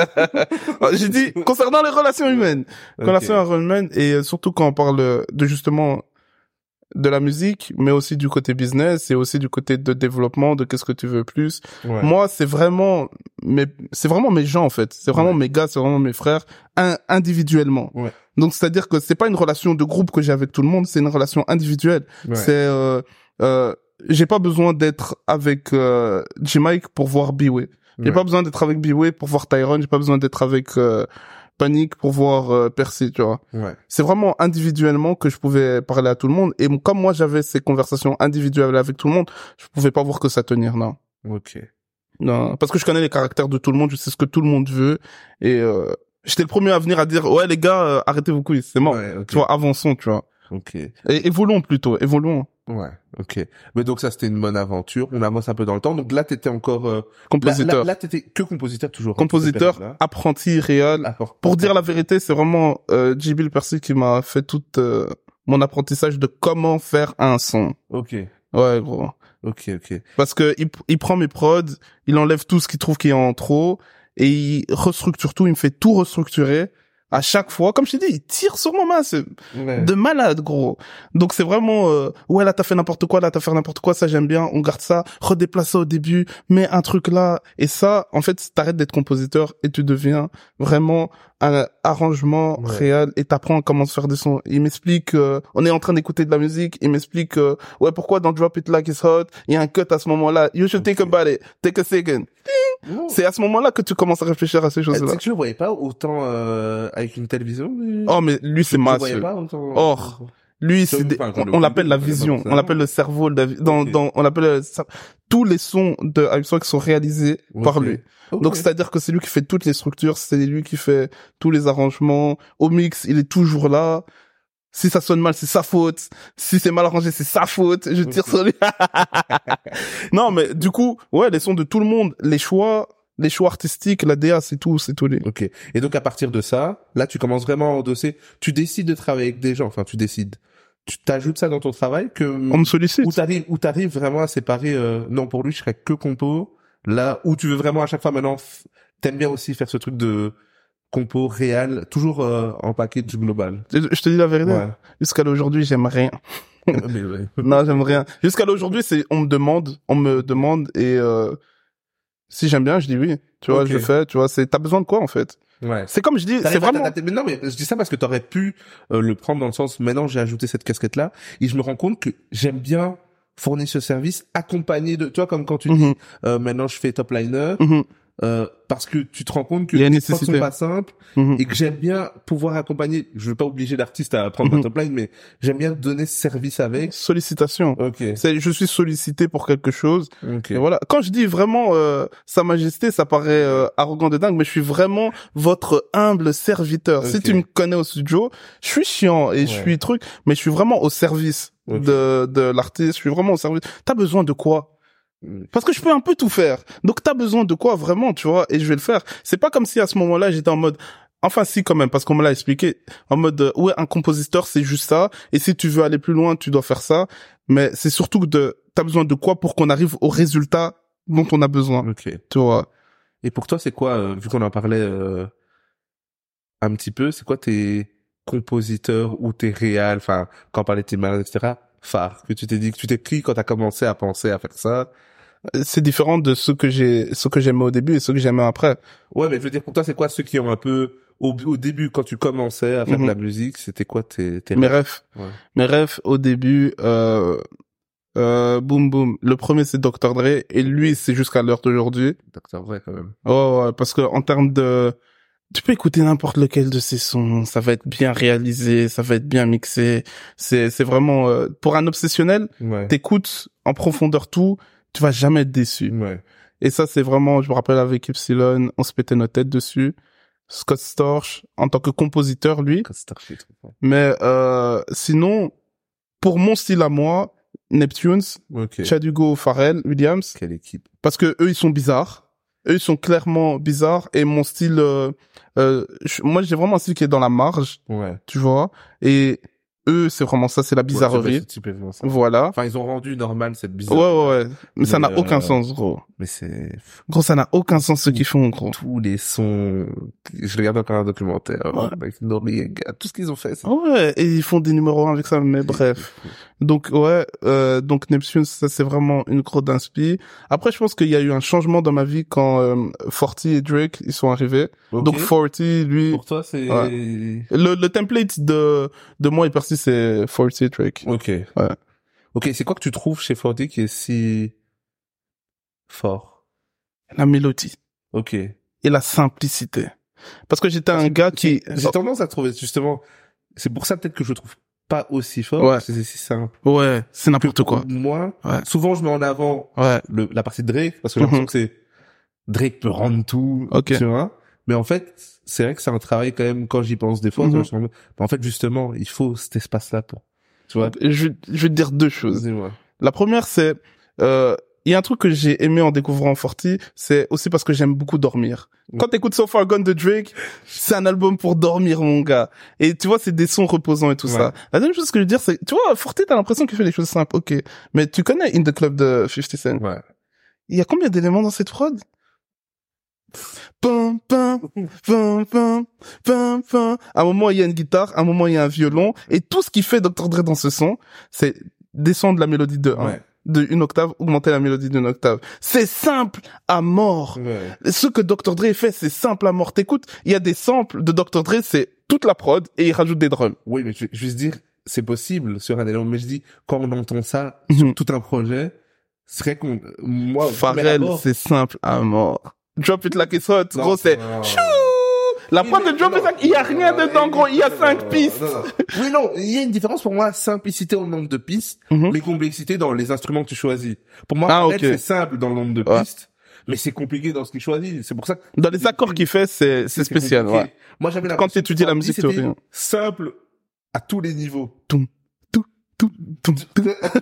J'ai dit, concernant les relations humaines. Ok. Relations humaines, et euh, surtout quand on parle de justement de la musique, mais aussi du côté business et aussi du côté de développement, de qu'est-ce que tu veux plus. Ouais. Moi, c'est vraiment mes, c'est vraiment mes gens, en fait. C'est vraiment Ouais. mes gars, c'est vraiment mes frères, in- individuellement. Ouais. Donc, c'est-à-dire que c'est pas une relation de groupe que j'ai avec tout le monde, c'est une relation individuelle. Ouais. C'est, euh, euh, j'ai pas besoin d'être avec, euh, J-Mike pour voir B-Way. J'ai Ouais. pas besoin d'être avec B-Way pour voir Tyron, j'ai pas besoin d'être avec, euh, Panic pour voir, euh, Percy, tu vois. Ouais. C'est vraiment individuellement que je pouvais parler à tout le monde. Et comme moi, j'avais ces conversations individuelles avec tout le monde, je pouvais pas voir que ça tenir, non. Ok. Non. Parce que je connais les caractères de tout le monde, je sais ce que tout le monde veut. Et, euh, j'étais le premier à venir à dire, ouais, les gars, euh, arrêtez vos couilles, c'est mort. Ouais, ok. Tu vois, avançons, tu vois. Ok. Et évoluons plutôt, évoluons. Ouais. Ok. Mais donc ça, c'était une bonne aventure. On avance un peu dans le temps. Donc là, t'étais encore, euh, là, Compositeur. là, là, t'étais que compositeur toujours. hein, Compositeur, cette période-là. apprenti réel. D'accord. Pour dire la vérité, c'est vraiment, euh, J B Percy qui m'a fait tout, euh, mon apprentissage de comment faire un son. Ok. Ouais, gros. Ok, ok. Parce que il, il prend mes prods, il enlève tout ce qu'il trouve qui est en trop, et il restructure tout, il me fait tout restructurer. À chaque fois, comme je t'ai dit, il tire sur mon main, c'est Ouais. de malade, gros. Donc c'est vraiment, euh, ouais, là t'as fait n'importe quoi, là t'as fait n'importe quoi, ça j'aime bien, on garde ça, redéplace ça au début, mets un truc là, et ça, en fait, t'arrêtes d'être compositeur et tu deviens vraiment un arrangement Ouais. réel et t'apprends comment se faire des sons. Il m'explique, euh, on est en train d'écouter de la musique, il m'explique, euh, ouais, pourquoi dans Drop It Like It's Hot, il y a un cut à ce moment-là, you should think about it, take a second. Non. C'est à ce moment-là que tu commences à réfléchir à ces Eh, tu choses-là. sais que je le voyais pas autant euh, avec une télévision. mais- Oh, mais lui, c'est je le masseux. voyais pas autant. Or. Lui, c'est des, on, on l'appelle la vision, on l'appelle le cerveau, dans, okay. dans, on l'appelle ça, tous les sons de Hype Squad sont réalisés okay. par lui. Okay. Donc, c'est-à-dire que c'est lui qui fait toutes les structures, c'est lui qui fait tous les arrangements. Au mix, il est toujours là. Si ça sonne mal, c'est sa faute. Si c'est mal arrangé, c'est sa faute. Je tire okay. sur lui. Non, mais du coup, ouais, les sons de tout le monde, les choix, les choix artistiques, la D A, c'est tout, c'est tout lui. Ok. Et donc, à partir de ça, là, tu commences vraiment à endosser, tu décides de travailler avec des gens, enfin, tu décides. Tu t'ajoutes ça dans ton travail que on me sollicite, où t'arrives où t'arrives vraiment à séparer euh, non pour lui je serais que compo, là où tu veux vraiment à chaque fois maintenant f... t'aimes bien aussi faire ce truc de compo réel toujours euh, en package global. Je, je te dis la vérité, ouais. Jusqu'à aujourd'hui j'aime rien. Mais ouais. Non, j'aime rien. Jusqu'à aujourd'hui c'est on me demande on me demande et euh, si j'aime bien je dis oui, tu vois. Okay. Je fais, tu vois, c'est t'as besoin de quoi en fait. Ouais. C'est comme je dis, c'est vraiment. Mais non, mais je dis ça parce que t'aurais pu euh, le prendre dans le sens. Maintenant, j'ai ajouté cette casquette-là et je me rends compte que j'aime bien fournir ce service accompagné de. Tu vois, comme quand tu mm-hmm. dis euh, maintenant je fais top liner. Mm-hmm. Euh, parce que tu te rends compte que les choses sont pas simples mm-hmm. et que j'aime bien pouvoir accompagner. Je veux pas obliger l'artiste à prendre mm-hmm. ma top line, mais j'aime bien donner ce service avec. Sollicitation. Ok. C'est, je suis sollicité pour quelque chose. Ok. Et voilà. Quand je dis vraiment euh, Sa Majesté, ça paraît euh, arrogant de dingue, mais je suis vraiment votre humble serviteur. Okay. Si tu me connais au studio, je suis chiant et ouais. je suis truc, mais je suis vraiment au service okay. de de l'artiste. Je suis vraiment au service. T'as besoin de quoi? Parce que je peux un peu tout faire. Donc t'as besoin de quoi vraiment, tu vois, et je vais le faire. C'est pas comme si à ce moment-là j'étais en mode, enfin si quand même, parce qu'on me l'a expliqué, en mode euh, ouais, un compositeur c'est juste ça, et si tu veux aller plus loin tu dois faire ça. Mais c'est surtout de, t'as besoin de quoi pour qu'on arrive au résultat dont on a besoin. Ok. Tu vois. Et pour toi c'est quoi, euh, vu qu'on en parlait euh, un petit peu, c'est quoi tes compositeurs ou tes réals, enfin quand on parlait de tes malades, et cetera phares que tu t'es dit, que tu t'es pris quand t'as commencé à penser à faire ça? C'est différent de ce que j'ai, ce que j'aimais au début et ce que j'aimais après. Ouais, mais je veux dire, pour toi, c'est quoi ceux qui ont un peu, au, au début, quand tu commençais à faire mm-hmm. de la musique, c'était quoi tes, tes Mes rêves? Ouais. Mes rêves, au début, euh, euh, boum boum. Le premier, c'est docteur Dre, et lui, c'est jusqu'à l'heure d'aujourd'hui. docteur Dre, quand même. Oh, ouais, parce que, en termes de, tu peux écouter n'importe lequel de ses sons, ça va être bien réalisé, ça va être bien mixé. C'est, c'est vraiment, euh, pour un obsessionnel, ouais. T'écoutes en profondeur tout, tu vas jamais être déçu. Ouais. Et ça, c'est vraiment, je me rappelle avec Epsilon, on se pétait nos têtes dessus. Scott Storch, en tant que compositeur, lui. Scott Storch, est trop fort. Mais, euh, sinon, pour mon style à moi, Neptunes, okay. Chad Hugo, Pharrell Williams. Quelle équipe. Parce que eux, ils sont bizarres. Eux, ils sont clairement bizarres. Et mon style, euh, euh, je, moi, j'ai vraiment un style qui est dans la marge. Ouais. Tu vois. Et, eux, c'est vraiment ça, c'est la bizarrerie. Ouais, c'est voilà. Enfin, ils ont rendu normal cette bizarrerie. Ouais, ouais, ouais. Mais, mais ça n'a euh, aucun sens, gros. Mais c'est... Gros, ça n'a aucun sens ce qu'ils font, gros. Tous les sons... Je regarde encore un documentaire, ouais. Avec Noriega, tout ce qu'ils ont fait. C'est... Ouais, et ils font des numéros un avec ça, mais bref. Donc, ouais, euh, donc Neptune, ça, c'est vraiment une grosse d'inspi. Après, je pense qu'il y a eu un changement dans ma vie quand euh, Forty et Drake, ils sont arrivés. Okay. Donc, Forty, lui... Pour toi, c'est... Ouais. Le, le template de, de moi et Percy, c'est Forty et Drake. Ok. Ouais. Ok, c'est quoi que tu trouves chez Forty qui est si fort? La mélodie. Ok. Et la simplicité. Parce que j'étais Parce un gars qui... J'ai tendance à trouver, justement... C'est pour ça peut-être que je le trouve pas aussi fort. Ouais. Parce que c'est si simple. Ouais, c'est n'importe quoi. Moi, ouais. souvent je mets en avant ouais. le, la partie de Drake, parce que j'ai l'impression mm-hmm. que c'est... Drake peut rendre tout, okay. tu vois. Mais en fait, c'est vrai que c'est un travail quand même, quand j'y pense des fois, mm-hmm. je me... en fait, justement, il faut cet espace-là pour... Tu vois. Je, je vais te dire deux choses. Dis-moi. La première, c'est... Euh, il y a un truc que j'ai aimé en découvrant Forty, c'est aussi parce que j'aime beaucoup dormir. Ouais. Quand t'écoutes So Far Gone de Drake, c'est un album pour dormir, mon gars. Et tu vois, c'est des sons reposants et tout ouais. ça. La deuxième chose que je veux dire, c'est, tu vois, Forty, t'as l'impression qu'il fait les choses simples, ok. Mais tu connais In The Club de fifty Cent? Ouais. Il y a combien d'éléments dans cette prod? Pum, pum, pum, pum, pum, pum. À un moment, il y a une guitare, à un moment, il y a un violon, et tout ce qui fait docteur Dre dans ce son, c'est descendre la mélodie de un. Ouais. De une octave, augmenter la mélodie d'une octave. C'est simple à mort. Ouais. Ce que docteur Dre fait, c'est simple à mort. T'écoutes, il y a des samples de docteur Dre, c'est toute la prod et il rajoute des drums. Oui, mais je vais juste dire, c'est possible sur un élément, mais je dis, quand on entend ça mm-hmm. sur tout un projet, ce serait qu'on, moi, Pharrell, c'est simple à mort. Drop it like it's hot. Gros, c'est chou. La prod de Joe Pesci, il y a rien dedans, gros. Il y a cinq pistes. Non, non. Oui, non, il y a une différence pour moi, simplicité au nombre de pistes, mm-hmm. mais complexité dans les instruments que tu choisis. Pour moi, ah, okay. c'est simple dans le nombre de ouais. pistes, mais c'est compliqué dans ce qu'il choisit. C'est pour ça que... Dans les accords qu'il fait, c'est, c'est, c'est spécial, compliqué. Ouais. Moi, j'avais quand tu étudies la musique théorie. Simple à tous les niveaux. Tout. Tout, tout, tout.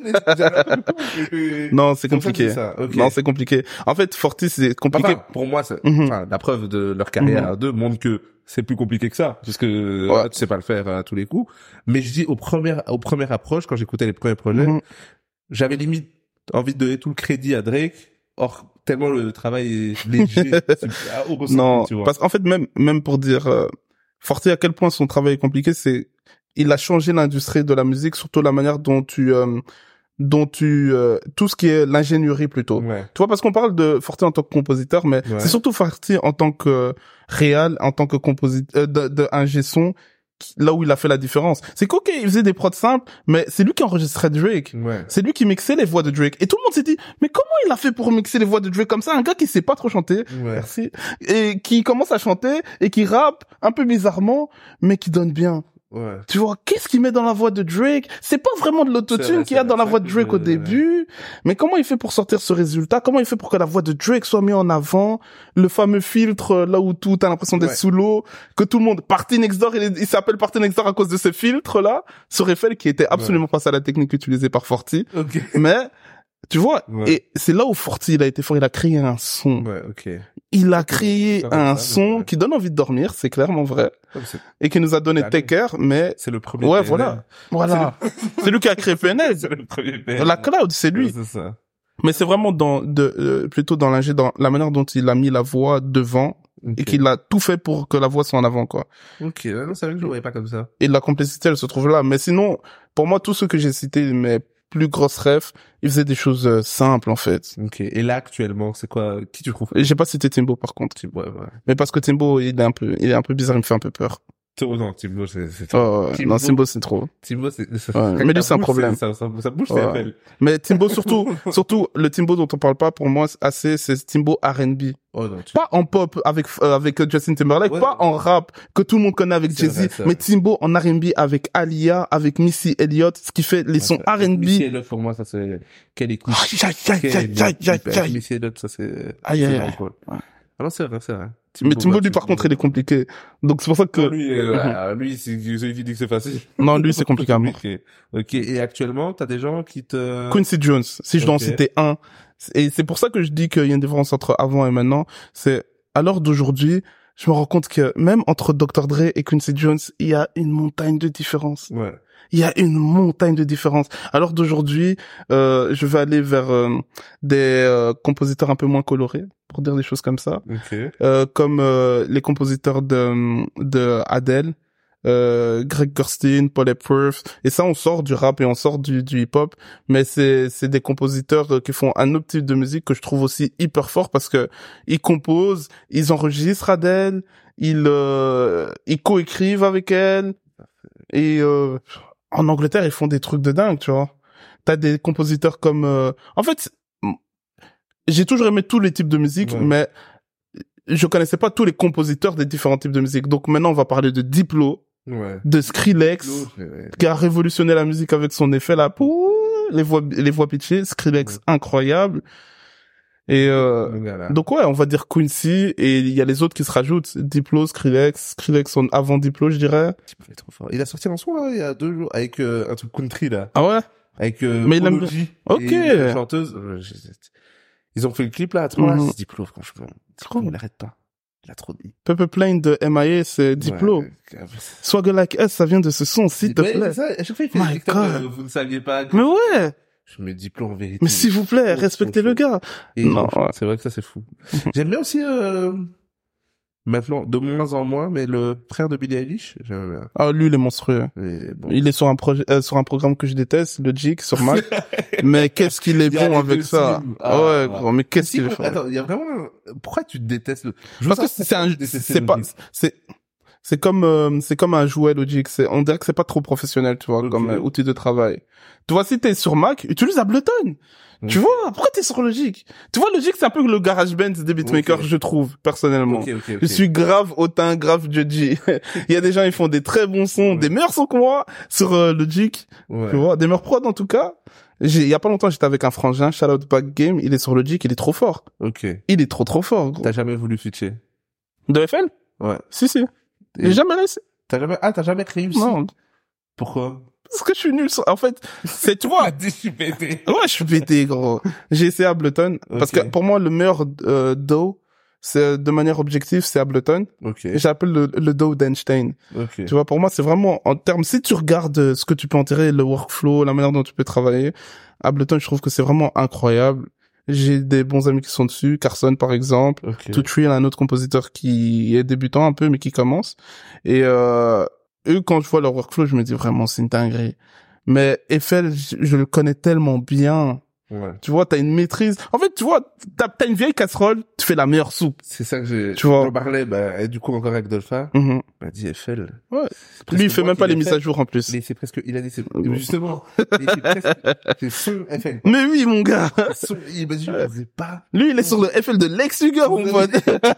Non, c'est compliqué. C'est okay. Non, c'est compliqué. En fait, Forti, c'est compliqué. Enfin, pour moi, c'est, mm-hmm. enfin, la preuve de leur carrière mm-hmm. à deux montre que c'est plus compliqué que ça, parce que ouais. tu sais pas le faire à tous les coups. Mais je dis aux premières, aux premières approches, quand j'écoutais les premiers projets, mm-hmm. j'avais limite envie de donner tout le crédit à Drake. Or, tellement le travail est léger. au ressenti, non, tu vois. Parce qu'en fait, même, même pour dire, euh, Forti, à quel point son travail est compliqué, c'est, il a changé l'industrie de la musique, surtout la manière dont tu, euh, dont tu, euh, tout ce qui est l'ingénierie plutôt. Ouais. Tu vois, parce qu'on parle de Forti en tant que compositeur, mais ouais. c'est surtout Forti en tant que réal, en tant que compositeur, euh, de, de ingé son, là où il a fait la différence. C'est qu'ok, il faisait des prods simples, mais c'est lui qui enregistrait Drake. Ouais. C'est lui qui mixait les voix de Drake. Et tout le monde s'est dit, mais comment il a fait pour mixer les voix de Drake comme ça? Un gars qui sait pas trop chanter. Ouais. Merci. Et qui commence à chanter et qui rappe un peu bizarrement, mais qui donne bien. Ouais. Tu vois, qu'est-ce qu'il met dans la voix de Drake? C'est pas vraiment de l'autotune qu'il y a dans la voix de Drake au début. Mais comment il fait pour sortir ce résultat? Comment il fait pour que la voix de Drake soit mise en avant? Le fameux filtre, là où tout, t'as l'impression d'être ouais. sous l'eau. Que tout le monde, Party Next Door, il, il s'appelle Party Next Door à cause de ce filtre-là. Sur Eiffel, qui était absolument ouais. pas ça la technique utilisée par Forti. Okay. Mais, tu vois, ouais. et c'est là où Forti, il a été fort. Il a créé un son. Ouais, ok. Il a créé un ça, son qui donne envie de dormir, c'est clairement vrai. C'est... Et qui nous a donné Take Care, mais... C'est le premier ouais, P N L. voilà. Voilà. C'est, le... c'est lui qui a créé P N L. C'est le premier P N L. La cloud, c'est lui. Ouais, c'est ça. Mais c'est vraiment dans, de, euh, plutôt dans l'ingé, dans la manière dont il a mis la voix devant. Okay. Et qu'il a tout fait pour que la voix soit en avant, quoi. Ok, non, c'est vrai que je le voyais pas comme ça. Et la complexité, elle se trouve là. Mais sinon, pour moi, tous ceux que j'ai cités, mes plus grosses rêves, ils faisaient des choses euh, simples, en fait. Ok. Et là, actuellement, c'est quoi, qui tu trouves? Et j'ai pas cité Timbo, par contre. Ouais, ouais. Mais parce que Timbo, il est un peu, il est un peu bizarre, il me fait un peu peur. Oh non, Timbo, c'est, c'est trop. Oh, Timbo, non, Timbo, c'est trop. Timbo, c'est, c'est ouais. Mais lui, c'est un problème. Ça, ça, ça bouge, ouais. ça appelle. Mais Timbo, surtout, surtout, le Timbo dont on parle pas, pour moi, assez, c'est Timbo R and B. Oh non, tu... Pas en pop avec, euh, avec Justin Timberlake, ouais, pas ouais. en rap que tout le monde connaît avec Jay-Z, mais Timbo en R and B avec Aaliyah, avec Missy Elliott, ce qui fait les ouais, sons R and B. Missy Elliott, pour moi, ça c'est, quelle écoute. Aïe, aïe, aïe, aïe, aïe, aïe. Missy Elliott, ça c'est, aïe, aïe, aïe. Ah non, c'est vrai, c'est vrai. Timbo, mais Timbo, lui, par contre, il est compliqué. Donc, c'est pour ça que... Non, lui, euh, mm-hmm. lui, c'est celui qui dit que c'est facile. Non, lui, c'est compliqué à mort. Ok. Et actuellement, t'as des gens qui te... Quincy Jones, si je dois okay. en citer un. Et c'est pour ça que je dis qu'il y a une différence entre avant et maintenant. C'est, à l'heure d'aujourd'hui, je me rends compte que même entre docteur Dre et Quincy Jones, il y a une montagne de différence. Ouais. Il y a une montagne de différence. Alors d'aujourd'hui, euh, je vais aller vers euh, des euh, compositeurs un peu moins colorés, pour dire des choses comme ça. Okay. Euh, comme euh, les compositeurs de, de Adele, euh, Greg Kurstin, Paul Epworth. Et ça, on sort du rap et on sort du, du hip-hop. Mais c'est, c'est des compositeurs qui font un autre type de musique que je trouve aussi hyper fort parce que ils composent, ils enregistrent Adele, ils, euh, ils coécrivent avec elle. Et euh, en Angleterre, ils font des trucs de dingue, tu vois. T'as des compositeurs comme... Euh... En fait, j'ai toujours aimé tous les types de musique, ouais. mais je connaissais pas tous les compositeurs des différents types de musique. Donc maintenant, on va parler de Diplo, ouais. de Skrillex, Diplo, ouais. qui a révolutionné la musique avec son effet là, pouh, les voix, les voix pitchées. Skrillex, ouais. incroyable. Et euh, voilà. Donc ouais, on va dire Quincy et il y a les autres qui se rajoutent. Diplo, Skrillex, Skrillex on, avant Diplo, je dirais. Il est trop fort. Il a sorti un son là, il y a deux jours avec euh, un truc country là. Ah ouais. Avec euh, mais il aime... Ok. Et chanteuse. Euh, ils ont fait le clip là, trop mm-hmm. là, c'est Diplo franchement. Diplo, on l'arrête pas. Il a trop dit. Purple Plane de M I A, c'est Diplo. Ouais. Swagger Like Us, ça vient de ce son, s'il te ouais, plaît. C'est ça. À chaque fois il fait des TikTok, euh, vous ne saviez pas. Mais ouais. Je me dis Diplo en vérité. Mais s'il vous plaît, respectez le gars. Et non, ouais. C'est vrai que ça c'est fou. J'aime bien aussi euh, maintenant de moins en moins, mais le frère de Billie Eilish, j'aime bien. Ah lui il est monstrueux. Bon. Il est sur un projet, euh, sur un programme que je déteste, le Jig sur Mac. Mais qu'est-ce qu'il est bon avec ça. Ah ouais, ah, gros, mais qu'est-ce qu'il est fort. Attends, il y a vraiment. Pourquoi tu détestes le... Parce que c'est un, c'est pas, c'est. C'est comme euh, c'est comme un jouet Logic. C'est on dirait que c'est pas trop professionnel, tu vois, okay. comme euh, outil de travail. Tu vois, si t'es sur Mac, utilise Ableton. Okay. Tu vois, pourquoi t'es sur Logic? Tu vois, Logic, c'est un peu le GarageBand des beatmakers, okay. je trouve, personnellement. Okay, okay, okay. Je suis grave hautain, grave judgy. Il y a des gens, ils font des très bons sons, ouais. des meilleurs sons que moi sur euh, Logic. Ouais. Tu vois, des meilleurs prods en tout cas. J'ai, il y a pas longtemps, j'étais avec un frangin, Shout Out Back Game, il est sur Logic, il est trop fort. Ok. Il est trop trop fort, gros. T'as jamais voulu switcher? De F L? Ouais. Si, si. J'ai jamais réussi. T'as jamais, ah, t'as jamais réussi? Non. Pourquoi? Parce que je suis nul. En fait, c'est, tu vois. Je suis pété. Ouais, je suis pété, gros. J'ai essayé Ableton. Okay. Parce que pour moi, le meilleur, euh, D A W, c'est, de manière objective, c'est Ableton. Ok. Et j'appelle le, le D A W d'Einstein. Ok. Tu vois, pour moi, c'est vraiment, en termes, si tu regardes ce que tu peux en tirer, le workflow, la manière dont tu peux travailler, Ableton, je trouve que c'est vraiment incroyable. J'ai des bons amis qui sont dessus, Carson par exemple, okay. To Trill, un autre compositeur qui est débutant un peu mais qui commence. Et euh, eux, quand je vois leur workflow, je me dis vraiment c'est une dinguerie. Mais F L, je, je le connais tellement bien. Ouais. Tu vois, t'as une maîtrise. En fait, tu vois, t'as, t'as une vieille casserole, tu fais la meilleure soupe. C'est ça que j'ai. Tu vois. J'en parlais, bah, et du coup encore avec Dolpha. Mm-hmm. Bah, dit F L. Ouais. Lui, il fait même pas les mises à jour en plus. Mais c'est presque, il a dit, c'est, justement, mais c'est presque, c'est son F L. Mais oui, mon gars. Son, il m'a dit, je sais pas. Lui, il est sur le F L de Lex Luger, mon pote.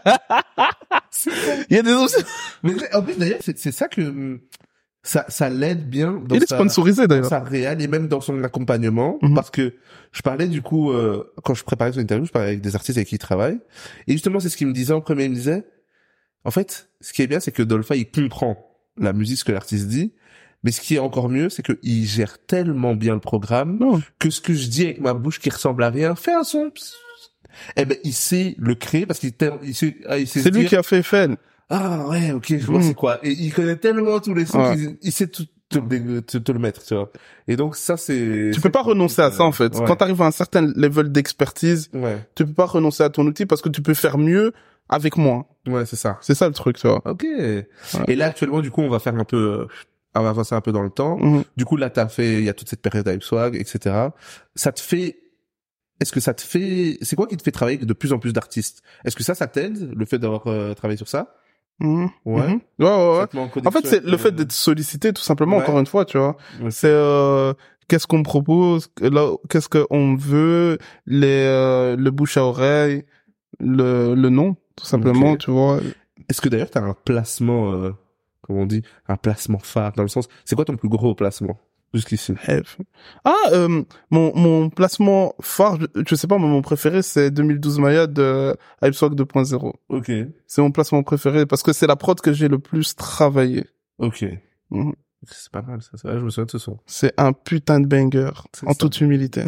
Il y a des options. Mais en plus, d'ailleurs, c'est, c'est ça que, ça, ça l'aide bien dans il est sa, sponsorisé d'ailleurs. Dans sa réal et même dans son accompagnement, mm-hmm. parce que je parlais du coup euh, quand je préparais son interview, je parlais avec des artistes avec qui il travaille, et justement c'est ce qu'il me disait en premier, il me disait, en fait, ce qui est bien, c'est que Dolpha il comprend la musique, ce que l'artiste dit, mais ce qui est encore mieux, c'est que il gère tellement bien le programme non. que ce que je dis avec ma bouche qui ressemble à rien, fais un son, eh ben il sait le créer parce qu'il, il sait, il sait c'est lui dire, qui a fait F L. Ah ouais, ok, je vois mmh. c'est quoi. Et il connaît tellement tous les sons ouais. qu'il il sait tout te, te, te le mettre, tu vois. Et donc ça c'est. Tu c'est peux pas renoncer à ça en fait. Ouais. Quand t'arrives à un certain level d'expertise, ouais. tu peux pas renoncer à ton outil parce que tu peux faire mieux avec moins. Ouais, c'est ça. C'est ça le truc, tu vois. Ok. Ouais. Et là actuellement, du coup, on va faire un peu, on va avancer un peu dans le temps. Mmh. Du coup, là, t'as fait, il y a toute cette période Hype Swag, et cetera. Ça te fait. Est-ce que ça te fait, c'est quoi qui te fait travailler avec de plus en plus d'artistes? Est-ce que ça, ça t'aide, le fait d'avoir euh, travaillé sur ça? Mmh. Ouais. Mmh. Ouais, ouais, ouais. En fait, c'est le fait d'être sollicité, tout simplement, ouais. encore une fois, tu vois. Ouais. C'est, euh, qu'est-ce qu'on me propose, là, qu'est-ce qu'on veut, les, euh, le bouche à oreille, le, le nom, tout simplement, okay. tu vois. Est-ce que d'ailleurs t'as un placement, euh, comment on dit, un placement phare, dans le sens, c'est quoi ton plus gros placement? Jusqu'ici. Ah, euh, mon, mon placement phare, je, je sais pas, mais mon préféré, c'est deux mille douze Maya de Hype Swag deux point zéro. Ok. C'est mon placement préféré parce que c'est la prod que j'ai le plus travaillé. Ok. Mm-hmm. C'est pas mal, ça. ça. Je me souviens de ce son. C'est un putain de banger. C'est en ça. Toute humilité.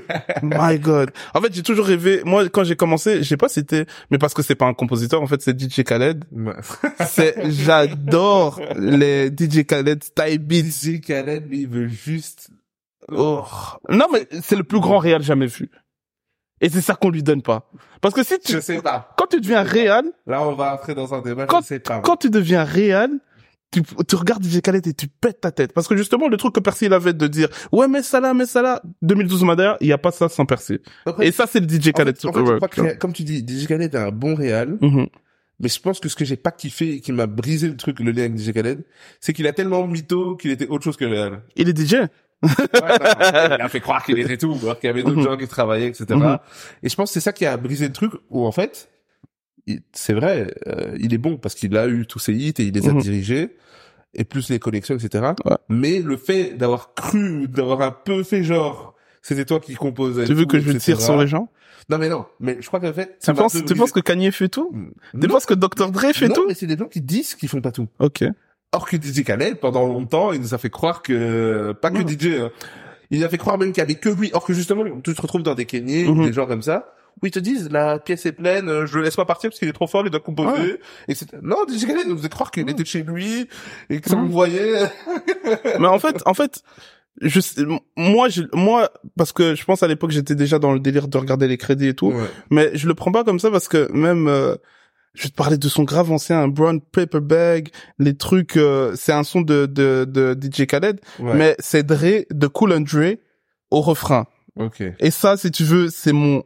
My God. En fait, j'ai toujours rêvé. Moi, quand j'ai commencé, je sais pas si c'était, mais parce que c'est pas un compositeur, en fait, c'est D J Khaled. Ouais. c'est, j'adore les D J Khaled style beats. D J Khaled, lui, il veut juste, oh. Non, mais c'est le plus grand réal jamais vu. Et c'est ça qu'on lui donne pas. Parce que si tu, je sais pas. Quand tu deviens réal. Là, on va entrer dans un débat, quand, je sais pas. Quand tu deviens réal, tu, tu regardes D J Khaled et tu pètes ta tête. Parce que justement, le truc que Percy il avait de dire, ouais, mais ça là, mais ça là, deux mille douze Madère, il y a pas ça sans Percy. Et ça, c'est le D J Khaled. En fait, en fait, je crois que, comme tu dis, D J Khaled est un bon réal. Mm-hmm. Mais je pense que ce que j'ai pas kiffé et qui m'a brisé le truc, le lien avec D J Khaled, c'est qu'il a tellement mytho qu'il était autre chose que réal. Il est D J. Ouais, non, il a fait croire qu'il était tout, alors qu'il y avait d'autres mm-hmm. gens qui travaillaient, et cetera. Mm-hmm. Et je pense que c'est ça qui a brisé le truc, où en fait, il, c'est vrai, euh, il est bon parce qu'il a eu tous ses hits et il les a mm-hmm. dirigés. Et plus les connexions, et cetera. Ouais. Mais le fait d'avoir cru, d'avoir un peu fait genre, c'était toi qui composais. Tu veux que je tire sur les gens? Non, mais non. Mais je crois qu'en fait, tu penses, tu penses que Kanye fait tout? Non. Tu penses que docteur Dre fait non, tout? Non, mais c'est des gens qui disent qu'ils font pas tout. Ok. Or que D J Khaled, pendant longtemps, il nous a fait croire que, pas que ouais. D J, hein. Il nous a fait croire même qu'il y avait que lui. Or que justement, tu te retrouves dans des Kenyans, mm-hmm. des gens comme ça, où ils te disent, la pièce est pleine, je le laisse pas partir parce qu'il est trop fort, il doit composer. Ouais. Et c'est, non, D J Khaled nous faisait croire qu'il ouais. était chez lui, et que ça mmh. me voyait. Mais en fait, en fait, je sais, moi, je, moi, parce que je pense à l'époque, j'étais déjà dans le délire de regarder les crédits et tout. Ouais. Mais je le prends pas comme ça parce que même, euh, je vais te parler de son grave ancien, un Brown Paper Bag, les trucs, euh, c'est un son de, de, de D J Khaled. Ouais. Mais c'est Dre, de Cool and Dre, au refrain. Ok. Et ça, si tu veux, c'est mon,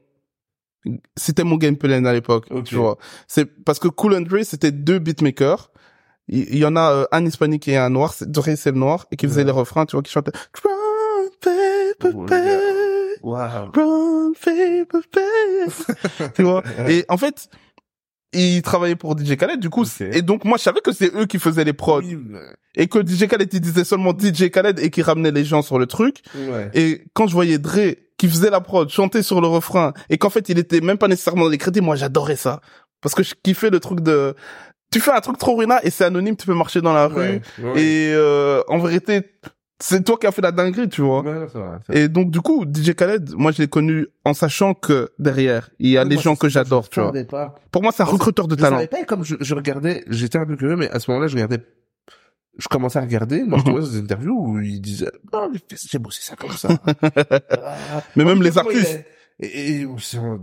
c'était mon game plan à l'époque, okay. tu vois. C'est parce que Cool and Dre, c'était deux beatmakers. il y, y en a euh, un hispanique et un noir, c'est, c'est le noir, et qui faisait ouais. les refrains, tu vois, qui chantait Brown paper bag, wow. Brown paper bag, tu vois. Et en fait, il travaillait pour D J Khaled, du coup, okay. et donc moi je savais que c'est eux qui faisaient les prods, oui, mais... et que D J Khaled il disait seulement D J Khaled et qui ramenait les gens sur le truc. Ouais. Et quand je voyais Dre qui faisait la prod, chanter sur le refrain, et qu'en fait il était même pas nécessairement dans les crédits, moi j'adorais ça, parce que je kiffais le truc de, tu fais un truc trop rina et c'est anonyme, tu peux marcher dans la ouais. rue, ouais. et euh, en vérité c'est toi qui as fait la dinguerie, tu vois. Ouais, c'est vrai, c'est vrai. Et donc du coup, D J Khaled, moi je l'ai connu en sachant que derrière, il y a oui, les moi, gens que j'adore, tu vois. Pas. Pour moi, c'est un recruteur de je talent. Je savais pas, comme je, je regardais, j'étais un peu curieux, mais à ce moment-là, je regardais, je commençais à regarder, moi je trouvais des interviews où il disait, oh, j'ai bossé ça comme ça. ah, mais même les artistes. Et, et,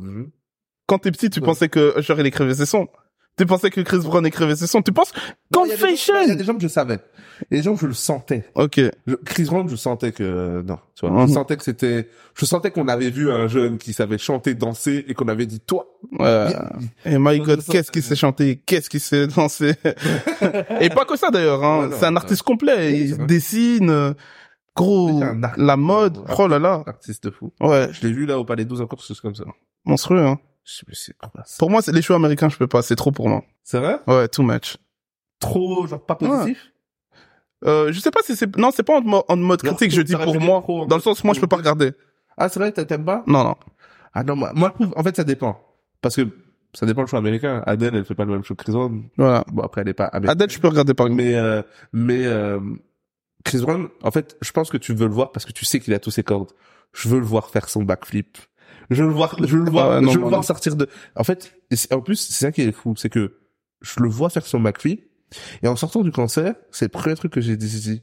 quand t'es petit, tu ouais. pensais que Usher il écrivait ses sons. Tu pensais que Chris Brown écrivait ses sons. Tu penses Confession. Il y a des gens que je savais. Il y a des gens que je le sentais. Ok. Je, Chris Brown, je sentais que non, tu vois. Mm-hmm. Je sentais que c'était. Je sentais qu'on avait vu un jeune qui savait chanter, danser et qu'on avait dit toi. Ouais. Et my God, qu'est-ce qu'il sait chanter, qu'est-ce qu'il sait danser. Et pas que ça d'ailleurs. Hein. Ouais, non, c'est un artiste ouais. complet. Oui, il dessine. Gros, la mode. Un oh là là. Artiste de fou. Ouais. Je l'ai vu là au Palais douze encore, c'est comme ça. Monstrueux, hein. C'est pour moi, c'est les shows américains, je peux pas. C'est trop pour moi. C'est vrai? Ouais, too much. Trop, genre, pas positif? Ouais. Euh, je sais pas si c'est, non, c'est pas en, mo- en mode critique, non, je dis pour moi. Pro, dans le sens, moi, je peux pas regarder. Ah, c'est vrai, t'aimes pas? Non, non. Ah, non, moi, moi, en fait, ça dépend. Parce que, ça dépend le show américain. Adele, elle fait pas le même show que Chris Brown. Voilà. Bon, après, elle est pas américaine. Adele, je peux regarder par exemple. Mais, euh, mais, euh, Chris Brown, en fait, je pense que tu veux le voir parce que tu sais qu'il a tous ses cordes. Je veux le voir faire son backflip. Je veux le voir, je veux le voir, ah ouais, non, je veux le voir non. sortir de, en fait, en plus, c'est ça qui est fou, c'est que je le vois faire son backflip, et en sortant du concert, c'est le premier truc que j'ai dit,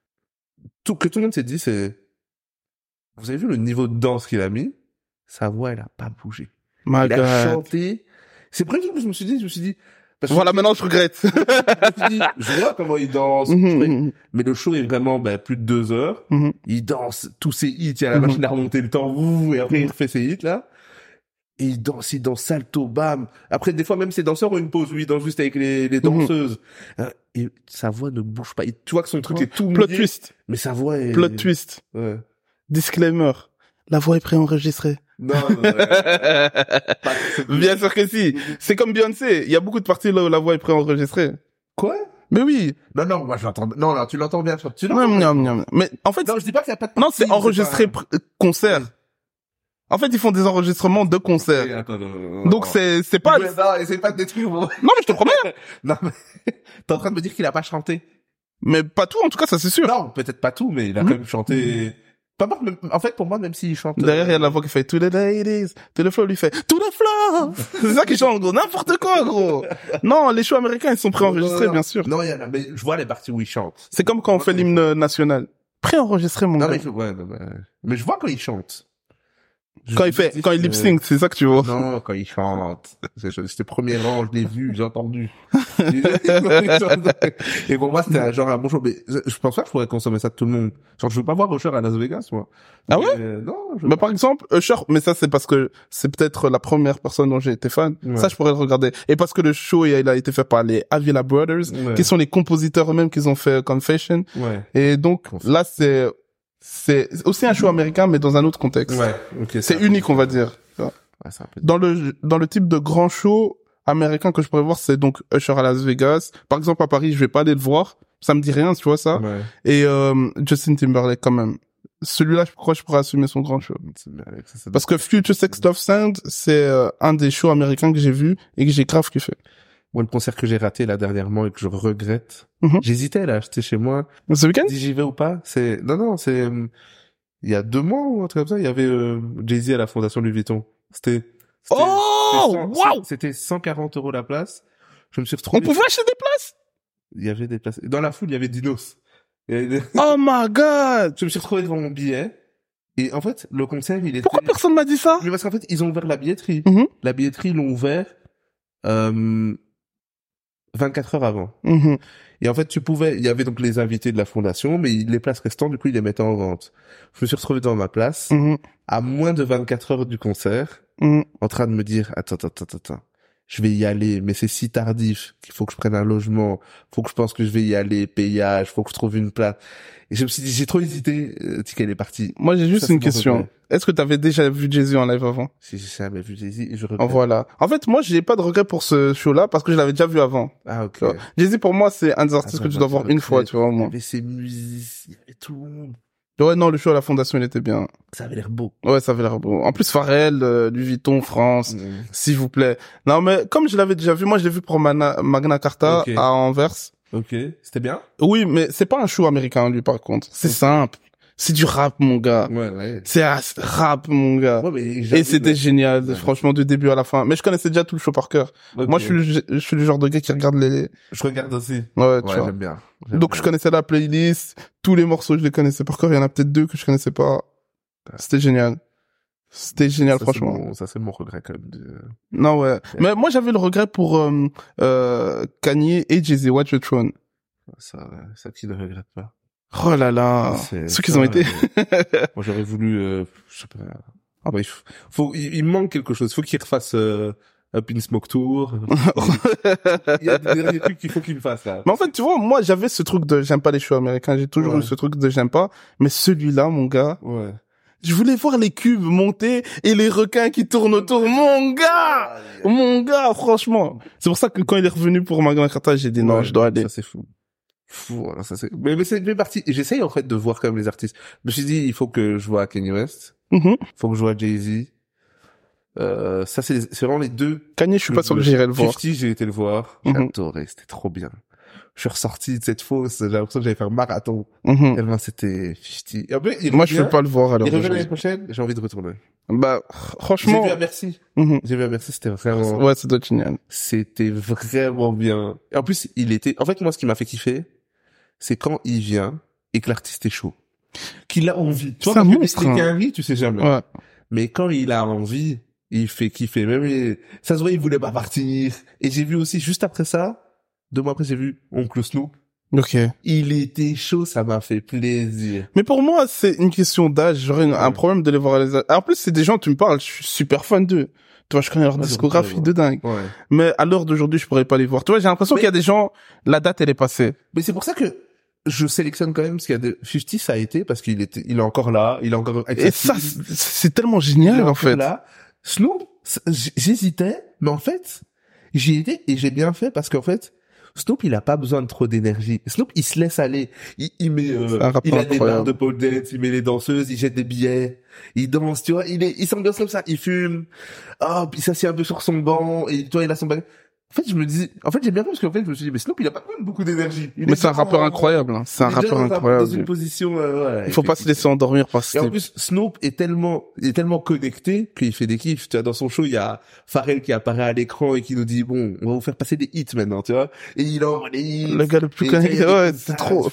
tout, que tout le monde s'est dit, c'est, vous avez vu le niveau de danse qu'il a mis? Sa voix, elle a pas bougé. My il God. a chanté. C'est le premier truc que je me suis dit, je me suis dit, parce voilà, que maintenant je regrette. je me suis dit, je vois comment il danse, mm-hmm. mais le show est vraiment, ben, plus de deux heures. Mm-hmm. Il danse tous ses hits, il y a la mm-hmm. machine à remonter le temps, ouh, et après il refait ses hits, là. Et il danse, il danse salto, bam. Après, des fois, même ses danseurs ont une pause où il danse juste avec les, les danseuses. Mm-hmm. Et sa voix ne bouge pas. Et tu vois que son truc oh. est tout Plot mouillé, twist. Mais sa voix est... Plot twist. Ouais. Disclaimer. La voix est préenregistrée. Non, non, non. Pas, bien sûr que si. C'est comme Beyoncé. Il y a beaucoup de parties là où la voix est préenregistrée. Quoi? Mais oui. Non, non, moi je l'entends. Non, non, tu l'entends bien. Tu l'entends non, non, non, non. Mais en fait. Non, je dis pas qu'il y a pas de. Non, c'est enregistré pas... pr- concert. Oui. En fait, ils font des enregistrements de concerts. Oui, attends, non, non, non, Donc non. c'est c'est pas. Mais non, essaye pas de détruire. Mon... Non, mais je te promets. Non, mais t'es en train de me dire qu'il a pas chanté. Mais pas tout, en tout cas, ça c'est sûr. Non, peut-être pas tout, mais il a mmh. quand même chanté. Mmh. En fait, pour moi, même s'il chante... Derrière, il y a la voix qui fait « To the ladies », « To the floor », lui fait « To the floor ». C'est ça qui chante, gros. N'importe quoi, gros. Non, les shows américains, ils sont préenregistrés, non, non, non. bien sûr. Non, il y en a, mais je vois les parties où ils chantent. C'est comme quand on fait l'hymne national. Préenregistré, mon non, gars. Mais, ouais, non, mais... mais je vois quand ils chantent. Je quand il fait, quand il lip sync, c'est ça que tu vois. Non, quand il chante. C'était premier rang, je l'ai vu, j'ai entendu. Et pour moi, c'était un genre un bon show. Mais je pense pas que je pourrais consommer ça de tout le monde. Genre, je veux pas voir Usher à Las Vegas, moi. Ah ouais? Euh, non. Je bah, par exemple, Usher, mais ça, c'est parce que c'est peut-être la première personne dont j'ai été fan. Ouais. Ça, je pourrais le regarder. Et parce que le show, il a été fait par les Avila Brothers, ouais. qui sont les compositeurs eux-mêmes qui ont fait Confession. Ouais. Et donc, là, c'est, c'est aussi un show américain, mais dans un autre contexte. Ouais, ok. C'est unique, on va dire. Ouais, c'est un peu... Dans le, dans le type de grand show américain que je pourrais voir, c'est donc Usher à Las Vegas. Par exemple, à Paris, je vais pas aller le voir. Ça me dit rien, tu vois ça. Ouais. Et, euh, Justin Timberlake, quand même. Celui-là, je crois que je pourrais assumer son grand show. Parce que Future Sex Stuff Sound, c'est euh, un des shows américains que j'ai vu et que j'ai grave kiffé. Moi, le concert que j'ai raté là dernièrement et que je regrette, mm-hmm. j'hésitais à l'acheter chez moi. Ce week-end? Si j'y vais ou pas, c'est non non, c'est euh, il y a deux mois ou un truc comme ça, il y avait euh, Jay-Z à la Fondation Louis Vuitton. C'était, c'était oh waouh, c'était cent quarante euros la place. Je me suis retrouvé. On pouvait acheter des places? Il y avait des places. Dans la foule, il y avait Dinos. Des... Oh my God! Je me suis retrouvé devant mon billet. Et en fait, le concert, il était... Pourquoi personne m'a dit ça? Mais parce qu'en fait, ils ont ouvert la billetterie. Mm-hmm. La billetterie, ils l'ont ouvert, euh, vingt-quatre heures avant. Mm-hmm. Et en fait, tu pouvais, il y avait donc les invités de la fondation, mais les places restantes, du coup, ils les mettaient en vente. Je me suis retrouvé dans ma place, mm-hmm. à moins de vingt-quatre heures du concert, mm-hmm. en train de me dire, attends, attends, attends, attends. je vais y aller, mais c'est si tardif qu'il faut que je prenne un logement, faut que je pense que je vais y aller, payage, faut que je trouve une place. Et je me suis dit, j'ai trop hésité, euh, qu'elle est partie. Moi, j'ai juste ça, une question. Est-ce que t'avais déjà vu Jay-Z en live avant? Si, j'ai jamais vu Jay-Z et je regrette. Oh, voilà. En fait, moi, j'ai pas de regret pour ce show-là parce que je l'avais déjà vu avant. Ah, ok. Jay-Z, pour moi, c'est un des artistes ah, que tu dois voir une fois, tu vois, au moins. Il y avait ses musiques, il y avait tout le monde. Ouais, non, le show à la Fondation, il était bien. Ça avait l'air beau. Ouais, ça avait l'air beau. En plus, Pharrell, euh, Louis Vuitton, France, mmh. s'il vous plaît. Non, mais comme je l'avais déjà vu, moi, je l'ai vu pour Magna, Magna Carta okay. à Anvers. Ok. C'était bien? Oui, mais c'est pas un show américain, lui, par contre. C'est okay. simple. C'est du rap, mon gars. Ouais, ouais. C'est un rap, mon gars. Ouais, mais et c'était mais... génial, ouais. franchement, du début à la fin. Mais je connaissais déjà tout le show par cœur. Okay. Moi, je suis, le, je suis le genre de gars qui regarde les... Je regarde aussi. Ouais, tu ouais, vois. j'aime bien. Donc, bien. je connaissais la playlist. Tous les morceaux, je les connaissais par cœur. Il y en a peut-être deux que je connaissais pas. C'était génial. C'était génial, ça, franchement. Mon, ça, c'est mon regret, quand même. De... Non, ouais. yeah. Mais moi, j'avais le regret pour euh, euh, Kanye et Jay-Z, Watch the Throne. Ça, ça, qui ne regrette pas. Oh là là, ceux qu'ils ont été. Moi, j'aurais voulu, euh, je sais pas. Ah bah, il faut, faut il, il manque quelque chose. Faut qu'il refasse euh, Up in Smoke Tour. Il y a des derniers trucs qu'il faut qu'il fasse là. Mais en fait, tu vois, moi, j'avais ce truc de j'aime pas les shows américains. J'ai toujours ouais. eu ce truc de j'aime pas. Mais celui-là, mon gars. Ouais. Je voulais voir les cubes monter et les requins qui tournent autour. Mon gars, mon gars, franchement. C'est pour ça que quand il est revenu pour Magna Carta, j'ai dit non, ouais, je dois aller. Ça c'est fou. Fou, alors ça c'est. Mais, mais c'est une partie. J'essaye en fait de voir quand même les artistes. Je me suis dit, il faut que je vois Kanye West. Mm-hmm. Il faut que je vois Jay-Z. Euh, ça c'est, c'est vraiment les deux. Kanye, je suis pas sûr que j'irai le voir. cinquante, j'ai été le voir. J'ai mm-hmm. adoré, c'était trop bien. Je suis ressorti de cette fosse, j'ai l'impression que j'allais faire un marathon. Mm-hmm. Tellement c'était cinquante. Et après, il Moi, revient, je peux pas le voir alors. Il revient l'année prochaine, j'ai envie de retourner. Bah, franchement. J'ai vu à Merci. Mm-hmm. J'ai vu à Merci, c'était vraiment. Ouais, ça doit être génial. C'était vraiment bien. Et en plus, il était, en fait, moi, ce qui m'a fait kiffer, c'est quand il vient et que l'artiste est chaud. Qu'il a envie. Tu vois, c'est un parce monstre. que les Henry, tu sais jamais. Ouais. Mais quand il a envie, il fait kiffer. Même les... ça se voit, il voulait pas partir. Et j'ai vu aussi, juste après ça, deux mois après, j'ai vu Oncle Snoop. Ok. Il était chaud, ça m'a fait plaisir. Mais pour moi, c'est une question d'âge. J'aurais ouais. un problème de les voir les âges. En plus, c'est des gens, tu me parles, je suis super fan d'eux. Tu vois, je connais leur ouais, discographie de dingue. Ouais. Mais à l'heure d'aujourd'hui, je pourrais pas les voir. Tu vois, j'ai l'impression mais... qu'il y a des gens, la date, elle est passée. Mais c'est pour ça que je sélectionne quand même, parce qu'il y a des, cinquante, ça a été, parce qu'il était, il est encore là, il est encore, et ça, c'est tellement génial, en fait. Là. Snoop, j'hésitais, mais en fait, j'y étais, et j'ai bien fait, parce qu'en fait, Snoop, il a pas besoin de trop d'énergie. Snoop, il se laisse aller. Il, il met, euh, il a des barres de pole dance, il met les danseuses, il jette des billets, il danse, tu vois, il est, il s'ambiance comme ça, il fume. Oh, puis il s'assied un peu sur son banc, et toi, il a son bagage. En fait, je me dis, en fait, j'ai bien fait parce qu'en fait, je me suis dit, mais Snoop, il a pas beaucoup d'énergie. Mais c'est un rappeur incroyable, hein. C'est un rappeur incroyable. Dans une position, euh, ouais. Il faut pas se laisser endormir par ce Et en plus, Snoop est tellement, il est tellement connecté qu'il fait des kiffs. Tu vois, dans son show, il y a Pharrell qui apparaît à l'écran et qui nous dit, bon, on va vous faire passer des hits maintenant, tu vois. Et il envoie les hits. Le gars le plus connecté, ouais, c'est trop.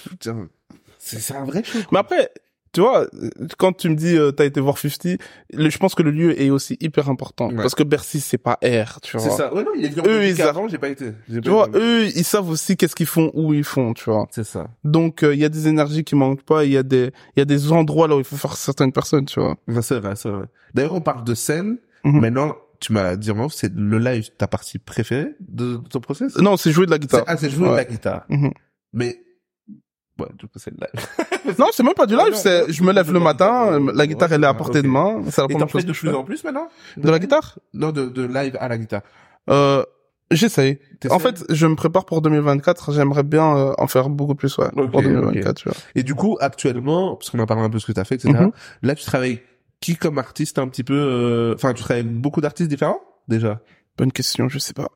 C'est, c'est un vrai show. Mais après, tu vois, quand tu me dis euh, t'as été voir cinquante, le, je pense que le lieu est aussi hyper important ouais. parce que Bercy c'est pas R, tu vois. C'est ça. Ouais non, il est venu eux ils avant, j'ai pas été. J'ai tu pas vois, été. eux ils savent aussi qu'est-ce qu'ils font, où ils font, tu vois. C'est ça. Donc il euh, y a des énergies qui manquent pas, il y a des il y a des endroits là où il faut faire certaines personnes, tu vois. Ouais, c'est vrai, c'est vrai. D'ailleurs, on parle de scène. Mm-hmm. Maintenant, tu m'as dit en off, c'est le live ta partie préférée de, de ton process? Non, c'est jouer de la guitare. C'est, ah, c'est jouer ouais. de la guitare. Mm-hmm. Mais ouais, du coup, c'est le live. Non, c'est même pas du live, c'est, je me lève le matin, la guitare, elle est à portée de main. C'est la première chose que je fais. Et t'en fais de plus en plus maintenant? De la guitare? Non, de, de live à la guitare. Euh, j'essaye. En fait, je me prépare pour deux mille vingt-quatre, j'aimerais bien euh, en faire beaucoup plus, ouais, okay, pour deux mille vingt-quatre, okay. tu vois. Et du coup, actuellement, parce qu'on en parle un peu de ce que t'as fait, et cetera. Mm-hmm. Là, tu travailles qui comme artiste un petit peu, euh... enfin, tu travailles avec beaucoup d'artistes différents, déjà? Bonne question, je sais pas.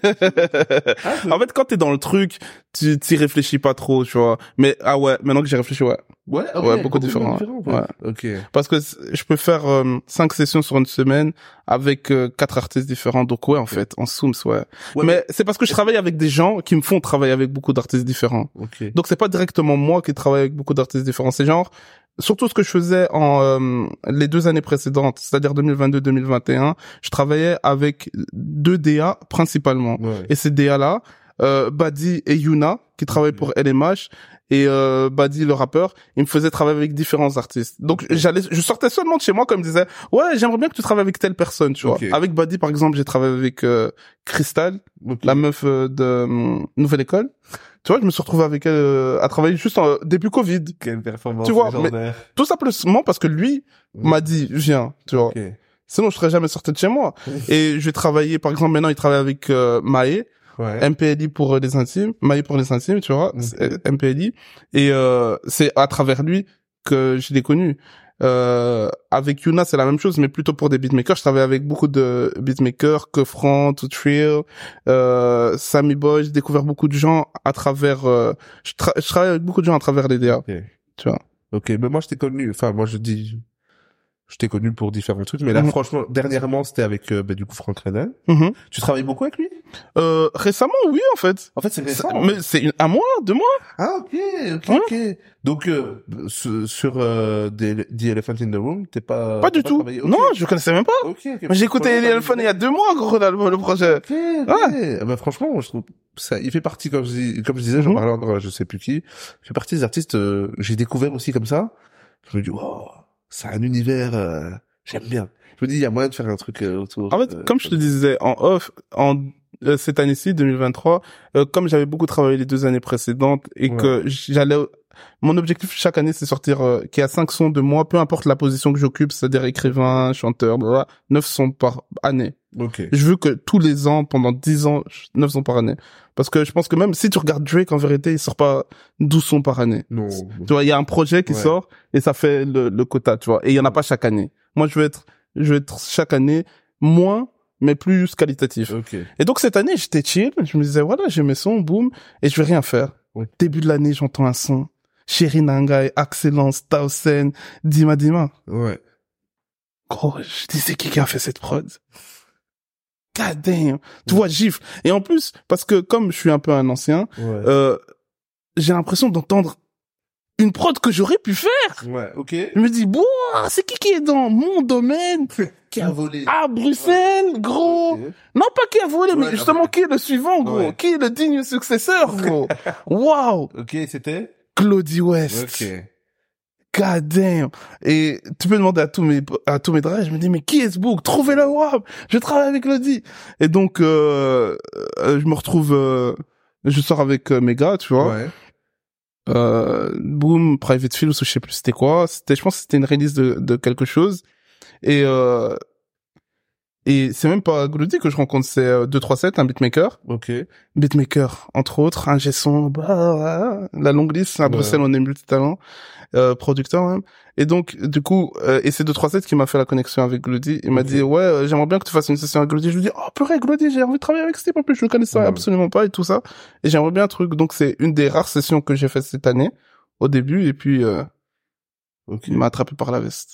ah, en fait, quand t'es dans le truc, tu t'y réfléchis pas trop, tu vois. Mais ah ouais, maintenant que j'y réfléchi, ouais. Ouais, okay, ouais, beaucoup différent. différent ouais. Ok. Parce que je peux faire euh, cinq sessions sur une semaine avec euh, quatre artistes différents. Donc ouais, en fait, en Zooms, ouais. ouais mais, mais c'est parce que je travaille avec des gens qui me font travailler avec beaucoup d'artistes différents. Okay. Donc c'est pas directement moi qui travaille avec beaucoup d'artistes différents. C'est genre surtout ce que je faisais en euh, les deux années précédentes, c'est-à-dire deux mille vingt-deux deux mille vingt et un, je travaillais avec deux D A principalement. Ouais. Et ces D A là, euh, Badi et Yuna, qui travaillent pour L M H, et euh, Badi, le rappeur, il me faisait travailler avec différents artistes. Donc, j'allais, je sortais seulement de chez moi quand il me disait, ouais, j'aimerais bien que tu travailles avec telle personne, tu vois. Okay. Avec Badi, par exemple, j'ai travaillé avec euh, Crystal, okay. la meuf euh, de euh, Nouvelle École. Tu vois, je me suis retrouvé avec elle euh, à travailler juste en début Covid. Quelle performance tu vois, légendaire. Mais tout simplement parce que lui mmh. m'a dit, viens, tu vois. Okay. Sinon, je serais jamais sorti de chez moi. Et je vais travailler, par exemple, maintenant, il travaille avec euh, Maë. Ouais. M P L I pour les intimes, Maï pour les intimes, tu vois, okay. M P L I, et euh, c'est à travers lui que je l'ai connu. Euh, avec Yuna, c'est la même chose, mais plutôt pour des beatmakers. Je travaille avec beaucoup de beatmakers, Kefran, To Trill, euh, Sammy Boy. J'ai découvert beaucoup de gens à travers. Euh, je, tra- je travaille avec beaucoup de gens à travers les D A. Okay. Tu vois. Ok, mais moi je t'ai connu. Enfin, moi je dis. Je t'ai connu pour différents trucs, mais là, mmh. franchement, dernièrement, c'était avec, euh, bah, du coup, Franck Redel. Mmh. Tu travailles beaucoup avec lui? Euh, récemment, oui, en fait. En fait, c'est récent. Mais c'est une, un mois, deux mois. Ah, ok, ok, ouais. ok. Donc, euh, sur, euh, The, The Elephant in the Room, t'es pas... Pas du pas tout. Okay. Non, je connaissais même pas. Ok, ok. J'ai écouté The Elephant il y a deux mois, gros, le, le projet. Ok, ok. Ouais. Bah, franchement, je trouve, ça, il fait partie, comme je, dis, comme je disais, mmh. j'en parlais encore, je sais plus qui, il fait partie des artistes, euh, j'ai découvert aussi comme ça. Je me dis, wow, c'est un univers, euh, j'aime bien. Je me dis, il y a moyen de faire un truc euh, autour. En fait, euh, comme je te disais, en off, en euh, cette année-ci, deux mille vingt-trois, euh, comme j'avais beaucoup travaillé les deux années précédentes et ouais. que j'allais... Mon objectif chaque année, c'est sortir euh, qu'il y a cinq sons de moi, peu importe la position que j'occupe, c'est-à-dire écrivain, chanteur, blablabla, neuf sons par année. Okay. Je veux que tous les ans, pendant dix ans, neuf sons par année. Parce que je pense que même si tu regardes Drake, en vérité, il sort pas douze sons par année. Non. Tu vois, il y a un projet qui ouais. sort et ça fait le, le quota, tu vois. Et il y en a pas chaque année. Moi, je veux être, je veux être chaque année moins, mais plus qualitatif. Okay. Et donc, cette année, j'étais chill. Je me disais, voilà, j'ai mes sons, boum, et je vais rien faire. Ouais. Début de l'année, j'entends un son. Chéri Nangai, Excellence, Tausen, Dima Dima. Ouais. Gros, je dis, c'est qui qui a fait cette prod? God damn. Tu vois, gifle. Et en plus, parce que comme je suis un peu un ancien, ouais. euh, j'ai l'impression d'entendre une prod que j'aurais pu faire. Ouais, ok. Je me dis, bon, c'est qui qui est dans mon domaine? Qui a volé? À Bruxelles, ouais. gros. Okay. Non, pas qui a volé, ouais, mais justement, après... qui est le suivant, gros? Ouais. Qui est le digne successeur, gros? Waouh. Ok, c'était? Claudie West. Ok. God damn. Et tu peux demander à tous mes, à tous mes dragons, je me dis, mais qui est ce bouc? Trouvez-le, waouh. Je travaille avec Claudie. Et donc, euh, euh, je me retrouve, euh, je sors avec euh, mes gars, tu vois. Ouais. Euh, boom, Private Fields, ou je sais plus c'était quoi. C'était, je pense que c'était une release de, de quelque chose. Et, euh, et c'est même pas Glody que je rencontre, c'est deux trois sept, un beatmaker. Ok. Beatmaker, entre autres, un G-son, bah, la longue liste, à Bruxelles, ouais. on est multi-talent, euh, producteur même. Et donc, du coup, euh, et c'est deux trois sept qui m'a fait la connexion avec Glody. Il okay. m'a dit, ouais, euh, j'aimerais bien que tu fasses une session avec Glody. Je lui dis, oh, purée, Glody, j'ai envie de travailler avec Steve, en plus, je le connaissais ouais. absolument pas et tout ça. Et j'aimerais bien un truc. Donc, c'est une des rares sessions que j'ai faites cette année, au début, et puis, euh, okay. il m'a attrapé par la veste.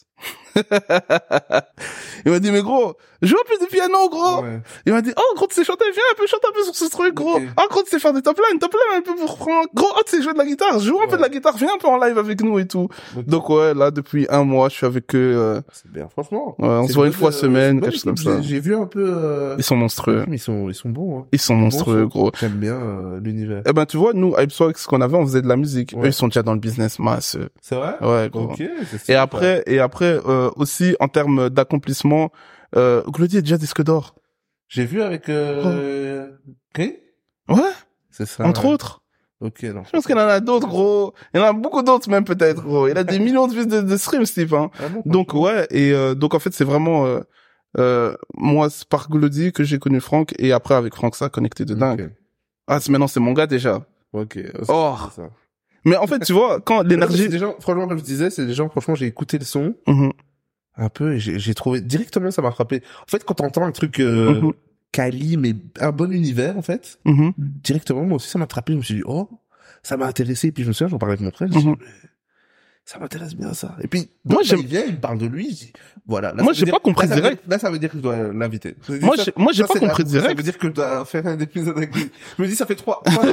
Il m'a dit, mais gros, joue un peu de piano, gros. Ouais. Il m'a dit, oh, gros, tu sais chanter, viens un peu, chante un peu sur ce truc, gros. Okay. Oh, gros, tu sais faire des top lines, top lines un peu pour prendre. Gros, oh, tu sais jouer de la guitare, joue un ouais. peu de la guitare, viens un peu en live avec nous et tout. Okay. Donc, ouais, là, depuis un mois, je suis avec eux. Euh... C'est bien, franchement. Ouais, on se voit une fois euh, semaine, quelque chose comme ça. J'ai vu un peu, euh... Ils sont monstrueux. Ils sont, ils sont bons, hein. Ils sont monstrueux, bons, gros. J'aime bien, euh, l'univers. Eh ben, tu vois, nous, Hypeswag, ce qu'on avait, on faisait de la musique. Ouais. Eux, ils sont déjà dans le business, masse. C'est vrai? Ouais, gros. Ok, et après, et après, euh, aussi, en termes d'accomplissement, euh, Glody est déjà disque d'or. J'ai vu avec, euh, Grey? Ouais. C'est ça. Entre ouais. autres. Ok, non. Je pense qu'il y en a d'autres, gros. Il y en a beaucoup d'autres, même, peut-être, gros. Il a des millions de vues de, de streams, Steve, hein. Ah bon, donc, ouais. Et, euh, donc, en fait, c'est vraiment, euh, euh, moi, c'est par Glody que j'ai connu Franck, et après, avec Franck, ça a connecté de dingue. Okay. Ah, c'est, maintenant, c'est mon gars, déjà. Ok. Oh. C'est ça. Mais en fait, tu vois, quand l'énergie... des gens, franchement, comme je disais, c'est des gens, franchement, j'ai écouté le son. Mm-hmm. Un peu, et j'ai, j'ai trouvé, directement, ça m'a frappé. En fait, quand t'entends un truc, euh, mm-hmm. quali, mais un bon univers, en fait, mm-hmm. directement, moi aussi, ça m'a attrapé. Je me suis dit, oh, ça m'a intéressé. Et puis, je me souviens, j'en parlais avec mon frère. Je mm-hmm. me suis dit, ça m'intéresse bien, ça. Et puis, moi, bah, il vient, il me parle de lui. Je dis, voilà. Là, moi, j'ai dire, pas compris là, direct. Là, ça veut dire que je dois l'inviter. Moi, ça, j'ai, moi, j'ai ça, pas compris la, direct. Ça veut dire que je dois faire un épisode avec lui. Je me dis, ça fait trois, trois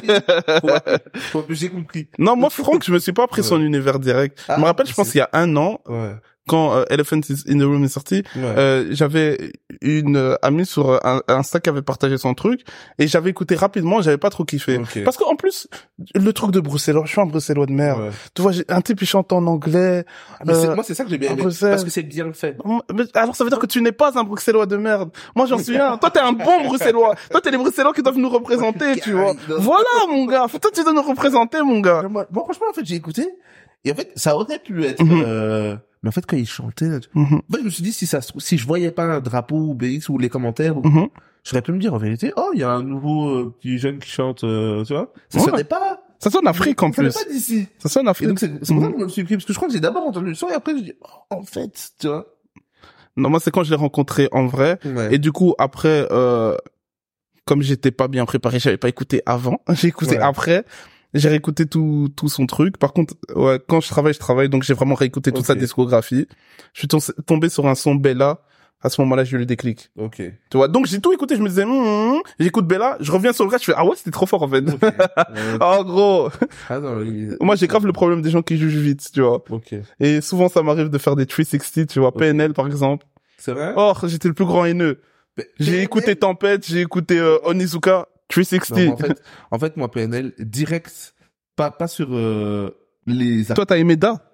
pour, pour, j'ai compris. Non, moi, Franck, je me suis pas pris ouais. son univers direct. Ah, je me rappelle, je pense, il y a un an. Ouais. quand euh, Elephant is in the Room est sorti, Ouais. euh, j'avais une euh, amie sur euh, un Insta qui avait partagé son truc et j'avais écouté rapidement, j'avais pas trop kiffé. Okay. Parce qu'en plus, le truc de bruxellois, je suis un bruxellois de merde. Ouais. Tu vois, j'ai un type qui chante en anglais. Ah, mais euh, moi, c'est ça que j'ai bien aimé. Parce que c'est bien fait. Mais, alors, ça veut dire que tu n'es pas un bruxellois de merde. Moi, j'en suis un. Toi, t'es un bon bruxellois. Toi, t'es les bruxellois qui doivent nous représenter, tu vois. Voilà, mon gars. Toi, tu dois nous représenter, mon gars. Moi, bon, franchement, en fait, j'ai écouté. Et en fait, ça aurait pu être, mm-hmm. euh, mais en fait, quand il chantait, mm-hmm. bah, je me suis dit, si ça se trouve, si je voyais pas un drapeau ou B X ou les commentaires, mm-hmm. j'aurais pu me dire, en vérité, oh, il y a un nouveau euh, petit jeune qui chante, euh, tu vois. Ça ouais. sonnait pas. Ça sonne Afrique, en ça plus. Ça sonne pas d'ici. Ça sonne Afrique. Et donc, c'est, c'est pour mm-hmm. ça que je me suis pris, parce que je crois que j'ai d'abord entendu le son et après, je dis, oh, en fait, tu vois. Non, moi, c'est quand je l'ai rencontré en vrai. Ouais. Et du coup, après, euh, comme j'étais pas bien préparé, j'avais pas écouté avant. J'ai écouté ouais. après. J'ai réécouté tout tout son truc. Par contre, ouais, quand je travaille, je travaille, donc j'ai vraiment réécouté toute okay. sa discographie. Je suis tombé sur un son Bella. À ce moment-là, j'ai eu le déclic. Ok. Tu vois, donc j'ai tout écouté. Je me disais, mm, mm, j'écoute Bella, je reviens sur le reste, je fais ah ouais, c'était trop fort en fait. Okay. Oh gros. Ah non, il... Moi, j'ai grave le problème des gens qui jugent vite, tu vois. Ok. Et souvent, ça m'arrive de faire des trois cent soixante, tu vois, okay. P N L par exemple. C'est vrai. Oh, j'étais le plus grand haineux. P- j'ai P N L écouté Tempête, j'ai écouté euh, Onizuka. trois cent soixante. Non, en fait, en fait, moi, P N L, direct, pas, pas sur, euh, les... Toi, t'as aimé Da?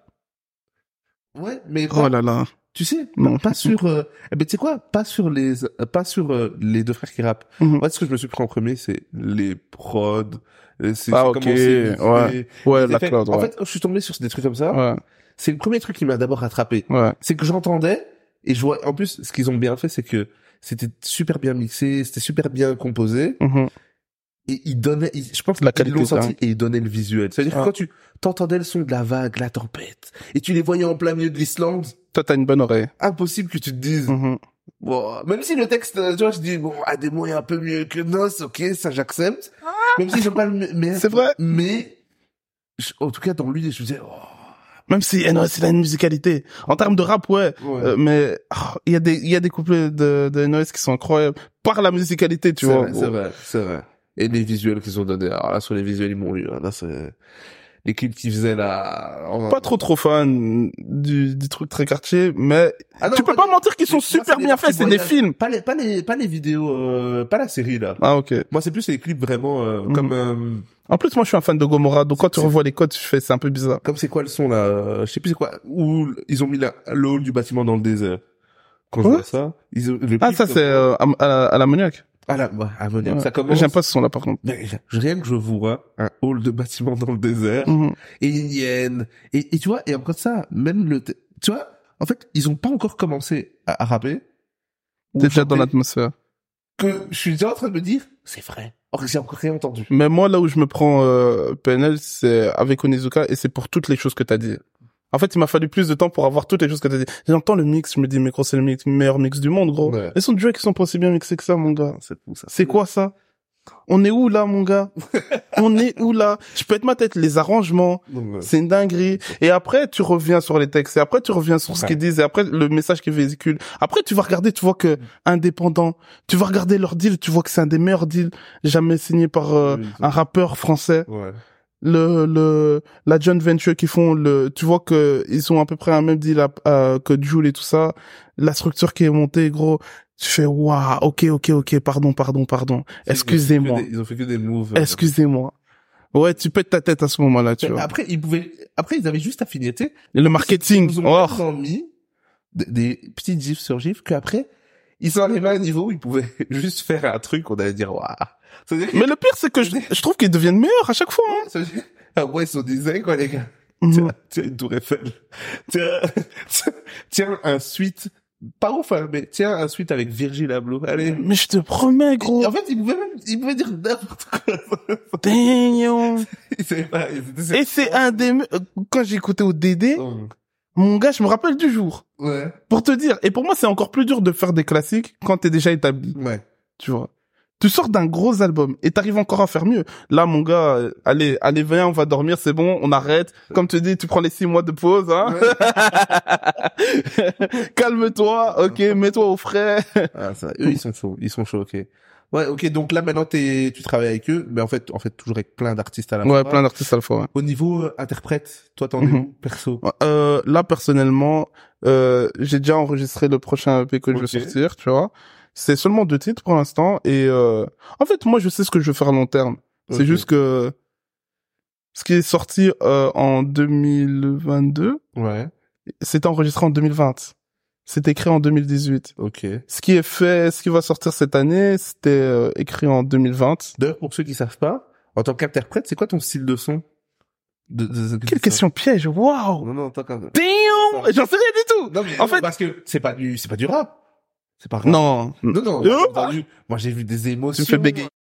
Ouais, mais... Oh là là. Tu sais, non. Pas sur, euh, eh ben, tu sais quoi? Pas sur les, euh, pas sur, euh, les deux frères qui rappent. Mm-hmm. En fait, ce que je me suis pris en premier, c'est les prods. C'est, ah, c'est ok. Comment c'est, ouais. Ouais, la cloud, ouais. En fait, je suis tombé sur des trucs comme ça. Ouais. C'est le premier truc qui m'a d'abord rattrapé. Ouais. C'est que j'entendais, et je vois, en plus, ce qu'ils ont bien fait, c'est que c'était super bien mixé, c'était super bien composé. Mm-hmm. Et ils donnaient, ils, je pense qu'ils l'ont senti et ils donnaient le visuel. C'est-à-dire ah. que quand tu t'entendais le son de la vague, la tempête, et tu les voyais en plein milieu de l'Islande. Toi, t'as une bonne oreille. Impossible que tu te dises. Mm-hmm. Bon, même si le texte, tu vois, je dis, bon, ah, des mots est un peu mieux que Nos, ok, ça j'accepte. Ah. Même si j'aime pas le, mais. C'est vrai. Mais, je, en tout cas, dans lui, je me disais, oh. Même si, eh non, c'est une musicalité. En termes de rap, ouais. ouais. Euh, mais, il oh, y a des, il y a des couplets de, de N O S qui sont incroyables. Par la musicalité, tu c'est vois. Vrai, c'est vrai, c'est vrai. Et les visuels qu'ils ont donnés. Alors là, sur les visuels, ils m'ont eu. Là, c'est les clips qu'ils faisaient là. On... Pas trop trop fan du, du truc très quartier, mais ah non, tu peux pas des... mentir qu'ils sont super bien faits. C'est des films. Pas les, pas les, pas les vidéos, euh, pas la série là. Ah ok. Moi, c'est plus les clips vraiment euh, mm-hmm. comme. Euh... En plus, moi, je suis un fan de Gomorrah, donc quand tu revois les codes, tu fais, c'est un peu bizarre. Comme c'est quoi le son là euh, je sais plus c'est quoi. Où ils ont mis la, le hall du bâtiment dans le désert. Quand ouais. je vois ça, ils ont, le ah ça c'est euh, à, à, à l'ammoniaque. Ah là, ouais, à venir. Ouais. Ça commence. J'aime pas ce son-là, par contre. Mais, rien que je vois un hall de bâtiment dans le désert, mm-hmm. et une hyène, et, et tu vois, et encore ça, même le, t- tu vois, en fait, ils ont pas encore commencé à, à rapper. T'es déjà dans l'atmosphère. Que je suis déjà en train de me dire, c'est vrai. Or, j'ai encore rien entendu. Mais moi, là où je me prends, euh, P N L, c'est avec Onizuka, et c'est pour toutes les choses que t'as dit. En fait, il m'a fallu plus de temps pour avoir toutes les choses que t'as dit. J'entends le mix, je me dis, mais gros, c'est le mix, meilleur mix du monde, gros. Ouais. Les sons de Drake qui sont pas aussi bien mixés que ça, mon gars. C'est fou, ça. C'est quoi, ça? On est où, là, mon gars? On est où, là? Je peux être ma tête, les arrangements. Ouais. C'est une dinguerie. Et après, tu reviens sur les textes. Et après, tu reviens sur ce ouais. qu'ils disent. Et après, le message qu'ils véhiculent. Après, tu vas regarder, tu vois que, indépendant. Tu vas regarder leur deal, tu vois que c'est un des meilleurs deals jamais signé par, euh, oui, un rappeur français. Ouais. le le la joint venture qu'ils font, le tu vois que ils sont à peu près un même deal à, à, que Jul et tout ça, la structure qui est montée, gros, tu fais waouh, ok ok ok pardon pardon pardon excusez-moi, ils ont fait que des, ils ont fait que des moves, excusez-moi, ouais, tu pètes ta tête à ce moment-là, tu vois. Après ils pouvaient, après ils avaient juste affiné, tu sais, le marketing, ils ont oh. mis des, des petits gifs sur gifs qu'après ils sont arrivés à un niveau où ils pouvaient juste faire un truc, on allait dire waouh. Mais le pire, c'est que je, je trouve qu'ils deviennent meilleurs à chaque fois. Hein. Ça veut dire, ah ouais, son design, quoi, les gars. Mm-hmm. Tiens, tiens, une tour Eiffel. Tiens, tiens, tiens, un suite. Pas ouf, hein, mais tiens, un suite avec Virgil Abloh. Allez. Mais je te promets, gros. En fait, ils pouvaient même, ils pouvaient dire n'importe quoi. Damn. Ils savaient pas. Ils Et c'est un des, quand j'ai écouté au D D, oh. Mon gars, je me rappelle du jour. Ouais. Pour te dire. Et pour moi, c'est encore plus dur de faire des classiques quand t'es déjà établi. Ouais. Tu vois. Tu sors d'un gros album et t'arrives encore à faire mieux. Là, mon gars, euh, allez, allez, viens, on va dormir, c'est bon, on arrête. Comme tu dis, tu prends les six mois de pause, hein. Ouais. Calme-toi, ok, mets-toi au frais. Ah, ça, eux, ils sont chauds, ils sont chauds, ok. Ouais, ok, donc là maintenant t'es, tu travailles avec eux, mais en fait, en fait toujours avec plein d'artistes à la fois. Ouais, plein d'artistes à la fois. Ouais. Au niveau euh, interprète, toi t'en es Mhm. où, perso? Euh, là personnellement, euh, j'ai déjà enregistré le prochain E P que je vais Ok. sortir, tu vois. C'est seulement deux titres pour l'instant et euh, en fait moi je sais ce que je veux faire à long terme. C'est Ok. juste que ce qui est sorti euh, en deux mille vingt-deux, Ouais. c'était enregistré en deux mille vingt. C'était écrit en deux mille dix-huit. Ok. Ce qui est fait, ce qui va sortir cette année, c'était euh, écrit en deux mille vingt. D'ailleurs, pour ceux qui savent pas, en tant qu'interprète, c'est quoi ton style de son? De, de, de, Quelle de question piège, waouh! Non, non, en tant qu'un... Damn! J'en sais rien du tout! Non, mais En en fait- parce que c'est pas du, c'est pas du rap. C'est pas rap. Non. Non, non, Euh, j'ai entendu- moi j'ai vu des émotions. Tu me fais bégayer.